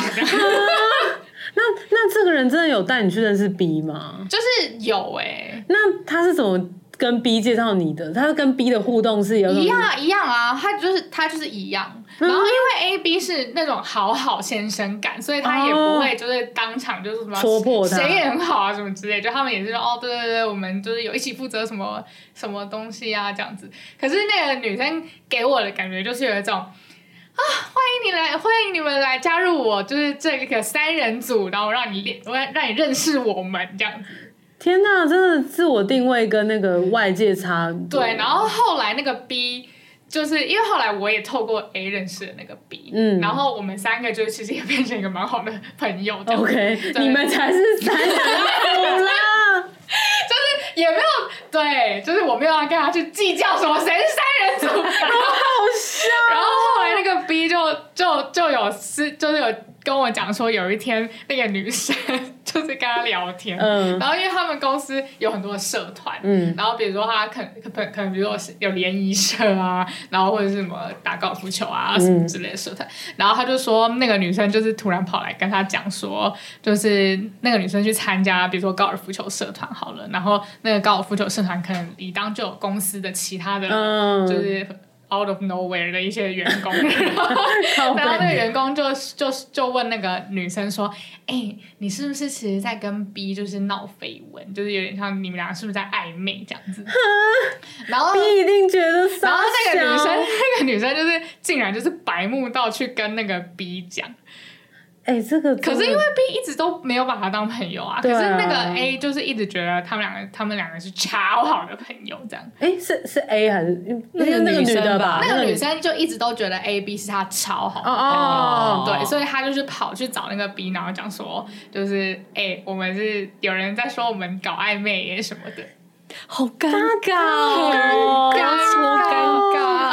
那这个人真的有带你去认识 B 吗？ 就是有那他是怎么跟 B 介绍你的？他是跟 B 的互动是有一样啊，他就是一样。然后因为 A、B 是那种好先生感，所以他也不会就是当场就是什么戳破他， 谁也很好啊什么之类，就他们也是说对，我们就是有一起负责什么东西啊这样子。可是那个女生给我的感觉就是有一种欢迎你们来加入我，就是这个3人组，然后我让你认识我们这样子。 天哪，真的自我定位跟那个外界差很多。 对，然后后来那个 B， 就是因为后来我也透过 A 认识了那个 B，然后我们3个就其实也变成一个蛮好的朋友。 OK， 你们才是3人组啦。 就是也没有对，就是我没有要跟他去计较什么谁是3人组，好笑。 然后后来那个 B 就有跟我讲说，有一天那个女生就是跟他聊天，然后因为他们公司有很多的社团，然后比如说他可能比如说有联谊社啊，然后或者是什么打高尔夫球啊什么之类的社团，然后他就说那个女生就是突然跑来跟他讲说，就是那个女生去参加比如说高尔夫球社团好了，然后那个高尔夫球社团可能理当就有公司的其他的就是out of nowhere 的一些员工，然后那个员工就问那个女生说：“你是不是其实在跟 B 就是闹绯闻，就是有点像你们俩是不是在暧昧这样子？”然后 B 一定觉得傻小， 然后那个女生就是竟然就是白目到去跟那个 B 讲。 这个可是因为 B 一直都没有把他当朋友啊，可是那个 A 就是一直觉得他们两个是超好的朋友这样。 是 A 还是那个女的吧？ 那个女生就一直都觉得 A、B 是他超好的朋友，对，所以他就是跑去找那个 B， 然后讲说，就是我们是有人在说我们搞暧昧耶什么的。 好尴尬哦，超尴尬！ 而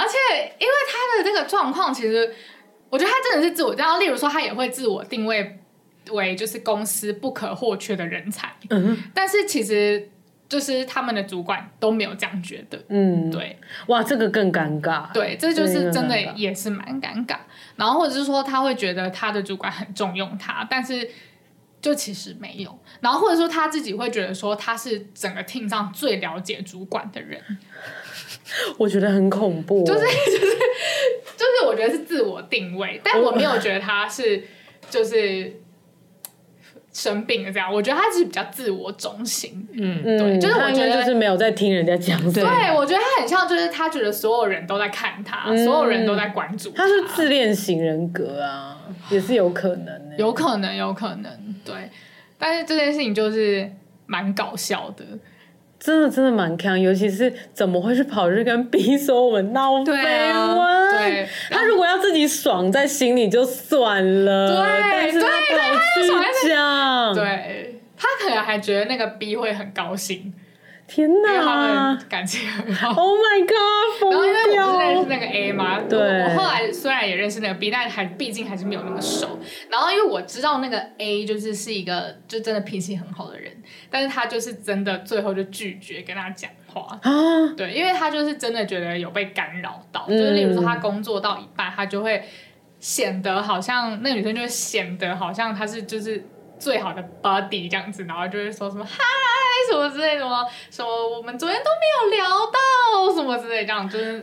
且因为他的这个状况，其实我觉得他真的是自我，然后例如说他也会自我定位为就是公司不可或缺的人才，但是其实就是他们的主管都没有这样觉得，对， 哇，这个更尴尬， 对，这就是真的也是蛮尴尬。然后或者是说他会觉得他的主管很重用他，但是就其实没有。然后或者说他自己会觉得说他是整个 team 上最了解主管的人， 我觉得很恐怖， 就是我觉得是自我定位，但我没有觉得他是就是生病了这样，我觉得他是比较自我中心，对，就是我觉得就是没有在听人家讲， 对，我觉得他很像，就是他觉得所有人都在看他，所有人都在关注他是自恋型人格啊，也是有可能， 有可能，对，但是这件事情就是蛮搞笑的。 真的蛮强，尤其是怎么会去跑去跟 B 说我们闹绯闻？ 对， 他如果要自己爽在心里就算了， 对， 但是他跑去讲， 对，他可能还觉得那个 B 会很高兴。 天哪， 因为他们感情很好。 Oh my god！ 疯掉。 然后因为我不是认识那个 A 嘛， 对， 我后来虽然也认识那个 B， 但毕竟还是没有那么熟。然后因为我知道那个 A 是一个就真的脾气很好的人，但是他就是真的最后就拒绝跟他讲话啊。对，因为他就是真的觉得有被干扰到，就是例如说他工作到一半，他就会显得好像那个女生就会显得好像他是就是最好的 buddy 这样子，然后就会说什么嗨什么之类的，什么我们昨天都没有聊到什么之类，这样就是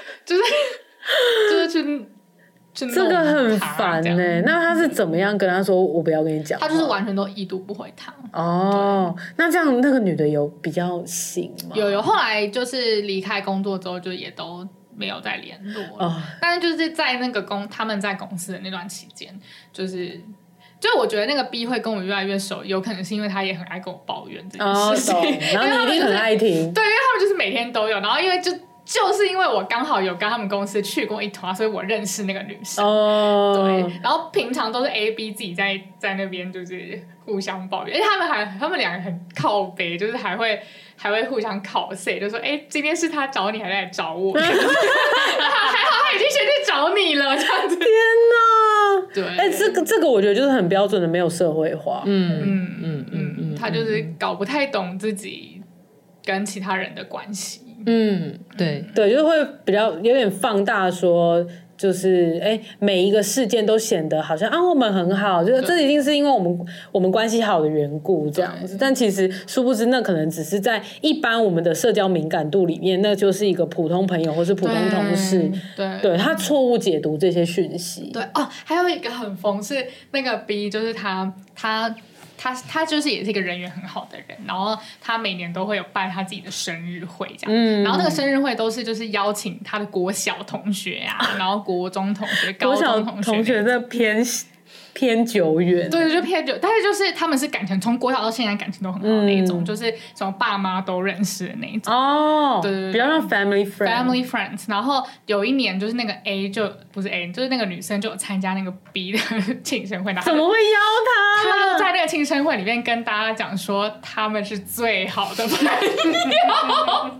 去这个很烦欸。那他是怎么样跟他说我不要跟你讲话？ 他就是完全都已读不回他。 哦，那这样那个女的有比较醒吗？ 有，后来就是离开工作之后就也都没有再联络了。但是就是在那个他们在公司的那段期间，就我觉得那个 B 会跟我越来越熟，有可能是因为他也很爱跟我抱怨这件事情， 然后你一定很爱听。 对，因为他们就是每天都有，然后因为就是因为我刚好有跟他们公司去过一团，所以我认识那个女生。对，然后平常都是 A、B 自己在那边就是互相抱怨，而且他们两个很靠北，就是还会互相考试，就说今天是他找你还是来找我？还好他已经先去找你了，这样子。 天哪！ 对， 这个我觉得就是很标准的没有社会化。 他就是搞不太懂自己跟其他人的关系。 对， 就是会比较有点放大说，就是每一个事件都显得好像我们很好，就是这一定是因为我们关系好的缘故这样子，但其实殊不知那可能只是在一般我们的社交敏感度里面，那就是一个普通朋友或是普通同事，对他错误解读这些讯息。 对哦，还有一个很疯是那个 B， 就是他就是也是一个人缘很好的人，然后他每年都会有办他自己的生日会这样，然后那个生日会都是就是邀请他的国小同学啊，然后国中同学、高中同学在偏久远， 对，就偏久，但是就是他们是感情从国小到现在感情都很好的那一种，就是什么爸妈都认识的那一种。对， 比较像 family friends。然后有一年就是那个 A 就不是 A， 就是那个女生就有参加那个 B 的庆生会， 怎么会邀他？ 他就在那个庆生会里面跟大家讲说他们是最好的朋友。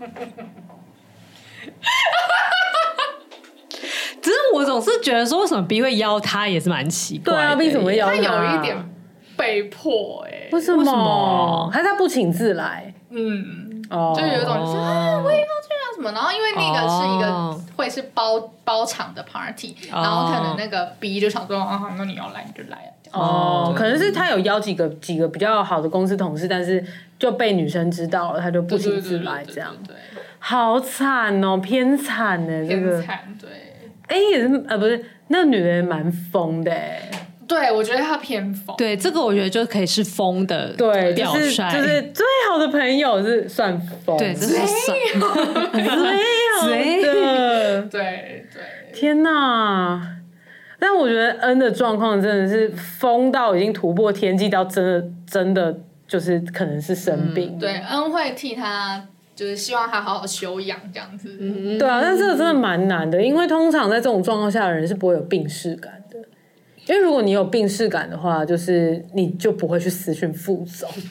只是我总是觉得说，为什么 B 会邀他也是蛮奇怪的。 对啊 ，B 怎么会邀他？ 他有一点被迫为什么？还是他不请自来？ 就有一种就是我也要去啊什么。然后因为那个是一个会是包场的 party，然后可能那个 B 就想说那你要来你就来可能是他有邀几个比较好的公司同事，但是就被女生知道了，他就不请自来这样。对，好惨哦，偏惨呢，这个偏惨。对。 也是不是，那女人蛮疯的对，我觉得她偏疯。 对，这个我觉得就可以是疯的表率， 就是最好的朋友是算疯， 对，这是算最好的， 对。 天哪！但我觉得 N 的状况真的是疯到已经突破天际，到真的就是可能是生病。 对 ，N 会替他。就是希望他好好休养这样子。 对啊，但这个真的蛮难的，因为通常在这种状况下的人是不会有病识感的。因为如果你有病识感的话，就是你就不会去私讯副总，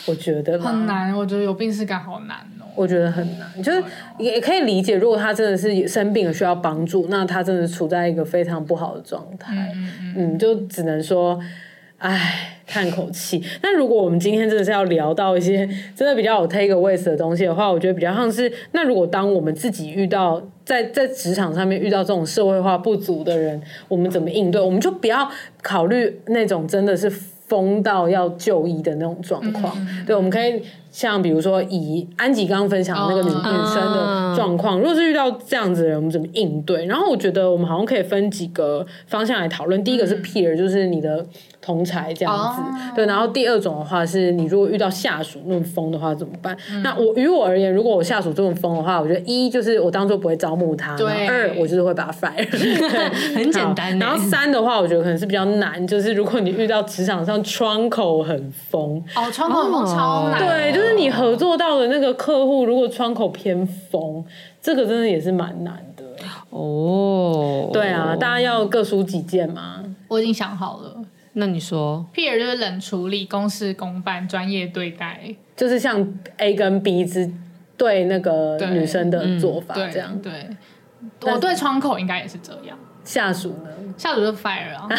我觉得很难，我觉得有病识感好难哦。 我觉得很难，就是也可以理解，如果他真的是生病了需要帮助，那他真的处在一个非常不好的状态，就只能说，叹口气。那如果我们今天真的是要聊到一些真的比较有 takeaways 的东西的话，我觉得比较像是，那如果当我们自己遇到在职场上面遇到这种社会化不足的人，我们怎么应对？我们就不要考虑那种真的是疯到要就医的那种状况。对，我们可以像比如说以安吉刚刚分享的那个女生的状况，如果是遇到这样子的人，我们怎么应对？然后我觉得我们好像可以分几个方向来讨论。第一个是 peer， 就是你的同侪这样子，对。然后第二种的话是你如果遇到下属那么疯的话怎么办？那于我而言，如果我下属这么疯的话，我觉得一就是我当作不会招募他，然后二我就是会把他 fire， 很简单。 然后三的话，我觉得可能是比较难，就是如果你遇到职场上窗口很疯， 窗口很疯超难， 对，就是你合作到的那个客户，如果窗口偏疯，这个真的也是蛮难的哦。对啊，大家要各抒己见嘛。 我已经想好了。 那你说 peer 就是冷处理，公事公办，专业对待， 就是像 A 跟 B 对那个女生的做法这样。 对，我对窗口应该也是这样。 下属呢？ 下属就 fire 啊。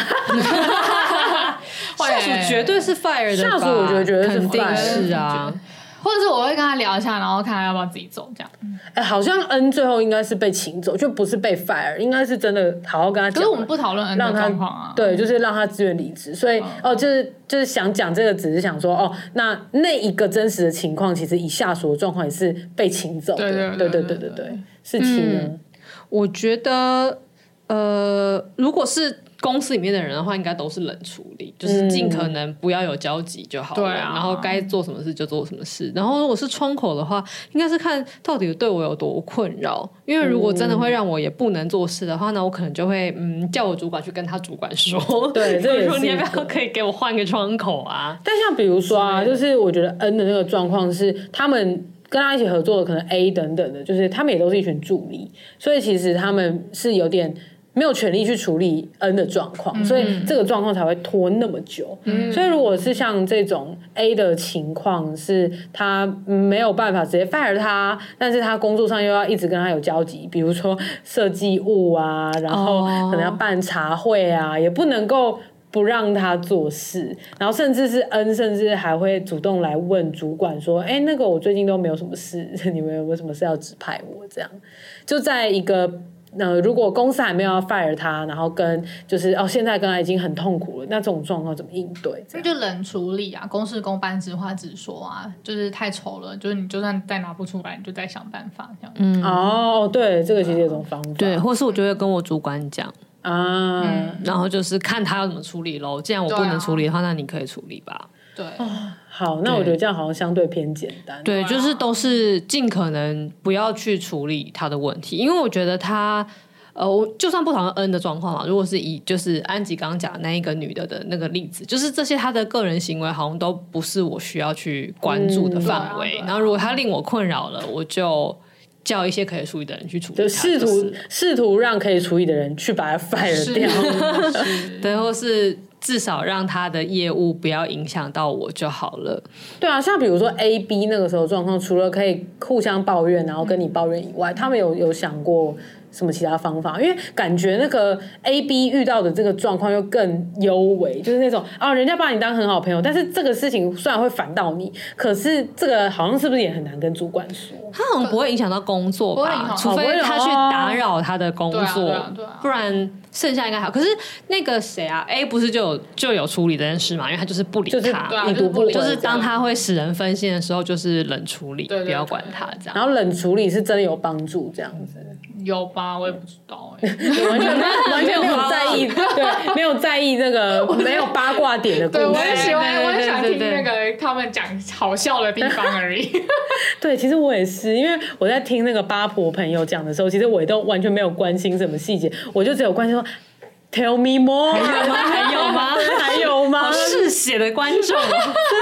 下属绝对是 fire 的吧？ 下属我觉得绝对是 fire， 肯定是啊。 或者是我会跟他聊一下，然后看他要不要自己走这样。 好像 N 最后应该是被请走，就不是被 fire， 应该是真的好好跟他讲。 可是我们不讨论 N 的状况啊。 对，就是让他自愿离职。所以就是想讲这个，只是想说那一个真实的情况，其实以下属的状况也是被请走的。对。事情呢？ 我觉得如果是公司里面的人的话，应该都是冷处理，就是尽可能不要有交集就好了。然后该做什么事就做什么事。然后如果是窗口的话，应该是看到底对我有多困扰。因为如果真的会让我也不能做事的话，那我可能就会叫我主管去跟他主管说， 对，这也是说你要不要可以给我换个窗口啊？ 但像比如说就是我觉得 N 的那个状况是他们跟他一起合作的可能 A 等等的，就是他们也都是一群助理，所以其实他们是有点没有权利去处理 N 的状况，所以这个状况才会拖那么久。所以如果是像这种 A 的情况，是他没有办法直接 fire 他，但是他工作上又要一直跟他有交集，比如说设计物啊，然后可能要办茶会啊，也不能够不让他做事，然后甚至是 N 甚至还会主动来问主管说那个我最近都没有什么事，你们有没有什么事要指派我？这样就在一个如果公司还没有要 fire 他，然后跟就是现在跟他已经很痛苦了，那这种状况怎么应对？ 这就冷处理啊，公事公办，直话直说啊，就是太丑了，就是你就算再拿不出来，你就再想办法这样。 对，这个其实有种方法， 对，或是我就会跟我主管讲然后就是看他要怎么处理咯。既然我不能处理的话，那你可以处理吧。 对， 好，那我觉得这样好像相对偏简单。 对，就是都是尽可能不要去处理他的问题，因为我觉得他我就算不讨论 N 的状况嘛，如果是以就是安吉刚刚讲的那一个女的那个例子，就是这些她的个人行为好像都不是我需要去关注的范围。然后如果她令我困扰了，我就叫一些可以处理的人去处理，就试图让可以处理的人去把它 fire 掉， 对，或是至少让他的业务不要影响到我就好了。 对啊，像比如说 A、B 那个时候状况，除了可以互相抱怨，然后跟你抱怨以外，他们有想过什么其他方法？因为感觉那个 A、B 遇到的这个状况又更幽微，就是那种人家把你当很好朋友，但是这个事情虽然会烦到你，可是这个好像是不是也很难跟主管说？ 他好像不会影响到工作吧，除非他去打扰他的工作，不然剩下应该好。可是那个谁啊 ，A 不是就有处理这件事嘛？因为他就是不理他， 已读不理， 就是当他会使人分心的时候，就是冷处理，不要管他这样。 然后冷处理是真的有帮助，这样子有吧？我也不知道完全没有在意，对，没有在意那个没有八卦点的故事。 对，我很喜欢，我很想听那个他们讲好笑的地方而已。 对，其实我也是，因为我在听那个八婆朋友讲的时候，其实我也都完全没有关心什么细节，我就只有关心说 Tell me more， 还有吗？ 还有吗？ 好嗜血的观众，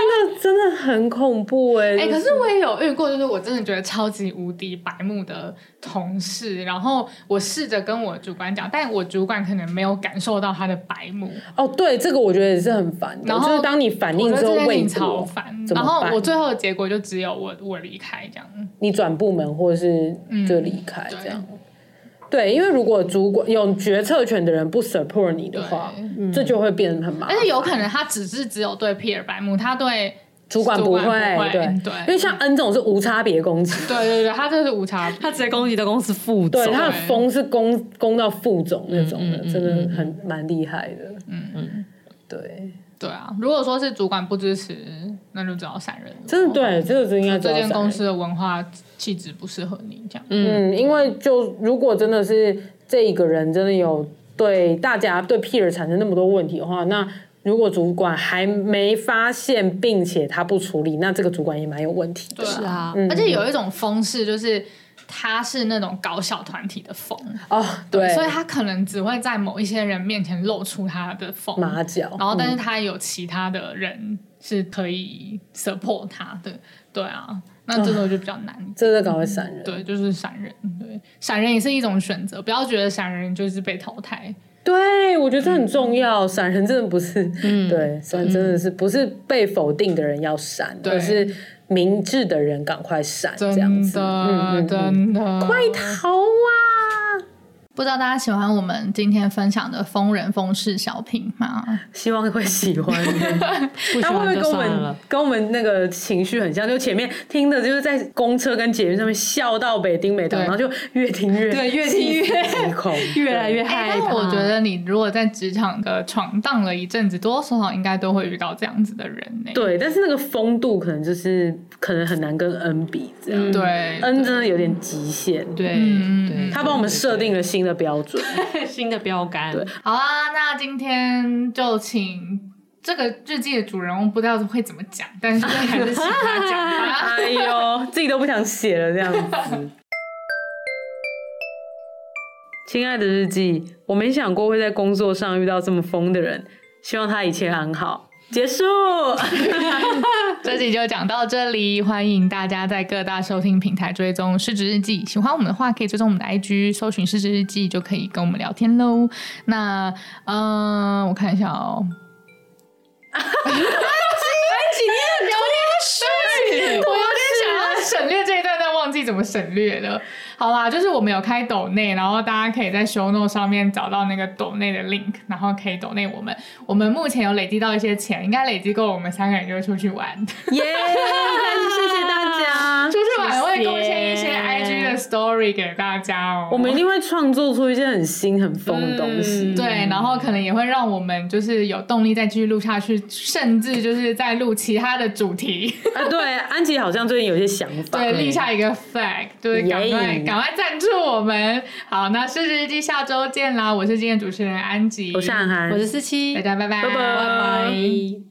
真的很恐怖可是我也有遇过，就是我真的觉得超级无敌白目的同事，然后我试着跟我主管讲，但我主管可能没有感受到他的白目。 对，这个我觉得也是很烦的，然后就是当你反应之后未超烦，然后我最后的结果就只有我离开这样， 你转部门或者是就离开这样。对，因为如果主管有决策权的人不 support 你的话，这就会变得很麻烦。 但是有可能他只有对 peer 白目，他对主管不会。对，因为像 N 这种是无差别攻击。 对，他这是无差别， 他直接攻击的公司副总， 对，他的风是攻到副总那种的，真的蛮厉害的。对。 对啊，如果说是主管不支持，那就只好闪人。 真的对，这个应该这间公司的文化气质不适合你这样。 因为就如果真的是这一个人真的有对大家对 peer 产生那么多问题的话，那如果主管还没发现，并且他不处理，那这个主管也蛮有问题的。 对啊，而且有一种风是就是他是那种搞小团体的风对，所以他可能只会在某一些人面前露出他的风马脚， 然后但是他有其他的人是可以 support 他的，对啊，那这个就比较难， 这个赶快闪人， 对，就是闪人，对，闪人也是一种选择，不要觉得闪人就是被淘汰。 对，我觉得这很重要，闪人真的不是，对，闪真的是不是被否定的人要闪，而是明智的人赶快闪，这样子， 真的， 快逃啊！ 不知道大家喜欢我们今天分享的疯人疯事小品吗？ 希望会喜欢他会不会跟我们那个情绪很像？就前面听的就是在公车跟捷运上面笑到北丁北堂，然后就越听越越来越害怕。 但我觉得你如果在职场的闯荡了一阵子，多多少少应该都会遇到这样子的人对，但是那个风度可能很难跟 N 比这样。 对 ，N 真的有点极限。 对， 他帮我们设定了新的标准， 新的标杆。 对， 好啊，那今天就请这个日记的主人翁，不知道会怎么讲，但是还是请他讲吧。 哎呦，自己都不想写了这样子。亲爱的日记，我没想过会在工作上遇到这么疯的人，希望他一切安好。结束。 这集就讲到这里，欢迎大家在各大收听平台追踪失职日记，喜欢我们的话可以追踪我们的 IG 搜寻失职日记，就可以跟我们聊天咯。那我看一下哦。安吉你很有点我有点想要省略这一段，但忘记怎么省略了。好啦，就是我们有开抖内，然后大家可以在 show note 上面找到那个抖内的 link， 然后可以抖内我们。我们目前有累积到一些钱，应该累积够我们3个人就会出去玩。 耶！谢谢大家。 出去玩会贡献一些 IG 的 story 给大家哦。 我们一定会创作出一些很新很疯的东西。 对，然后可能也会让我们就是有动力再继续录下去，甚至就是再录其他的主题。 对，安琪好像最近有些想法， 对，立下一个 flag， 就是赶快赞助我们。好，那失职日记下周见啦！我是今天主持人安吉， 我是涵涵， 我是47， 大家拜拜， 拜拜。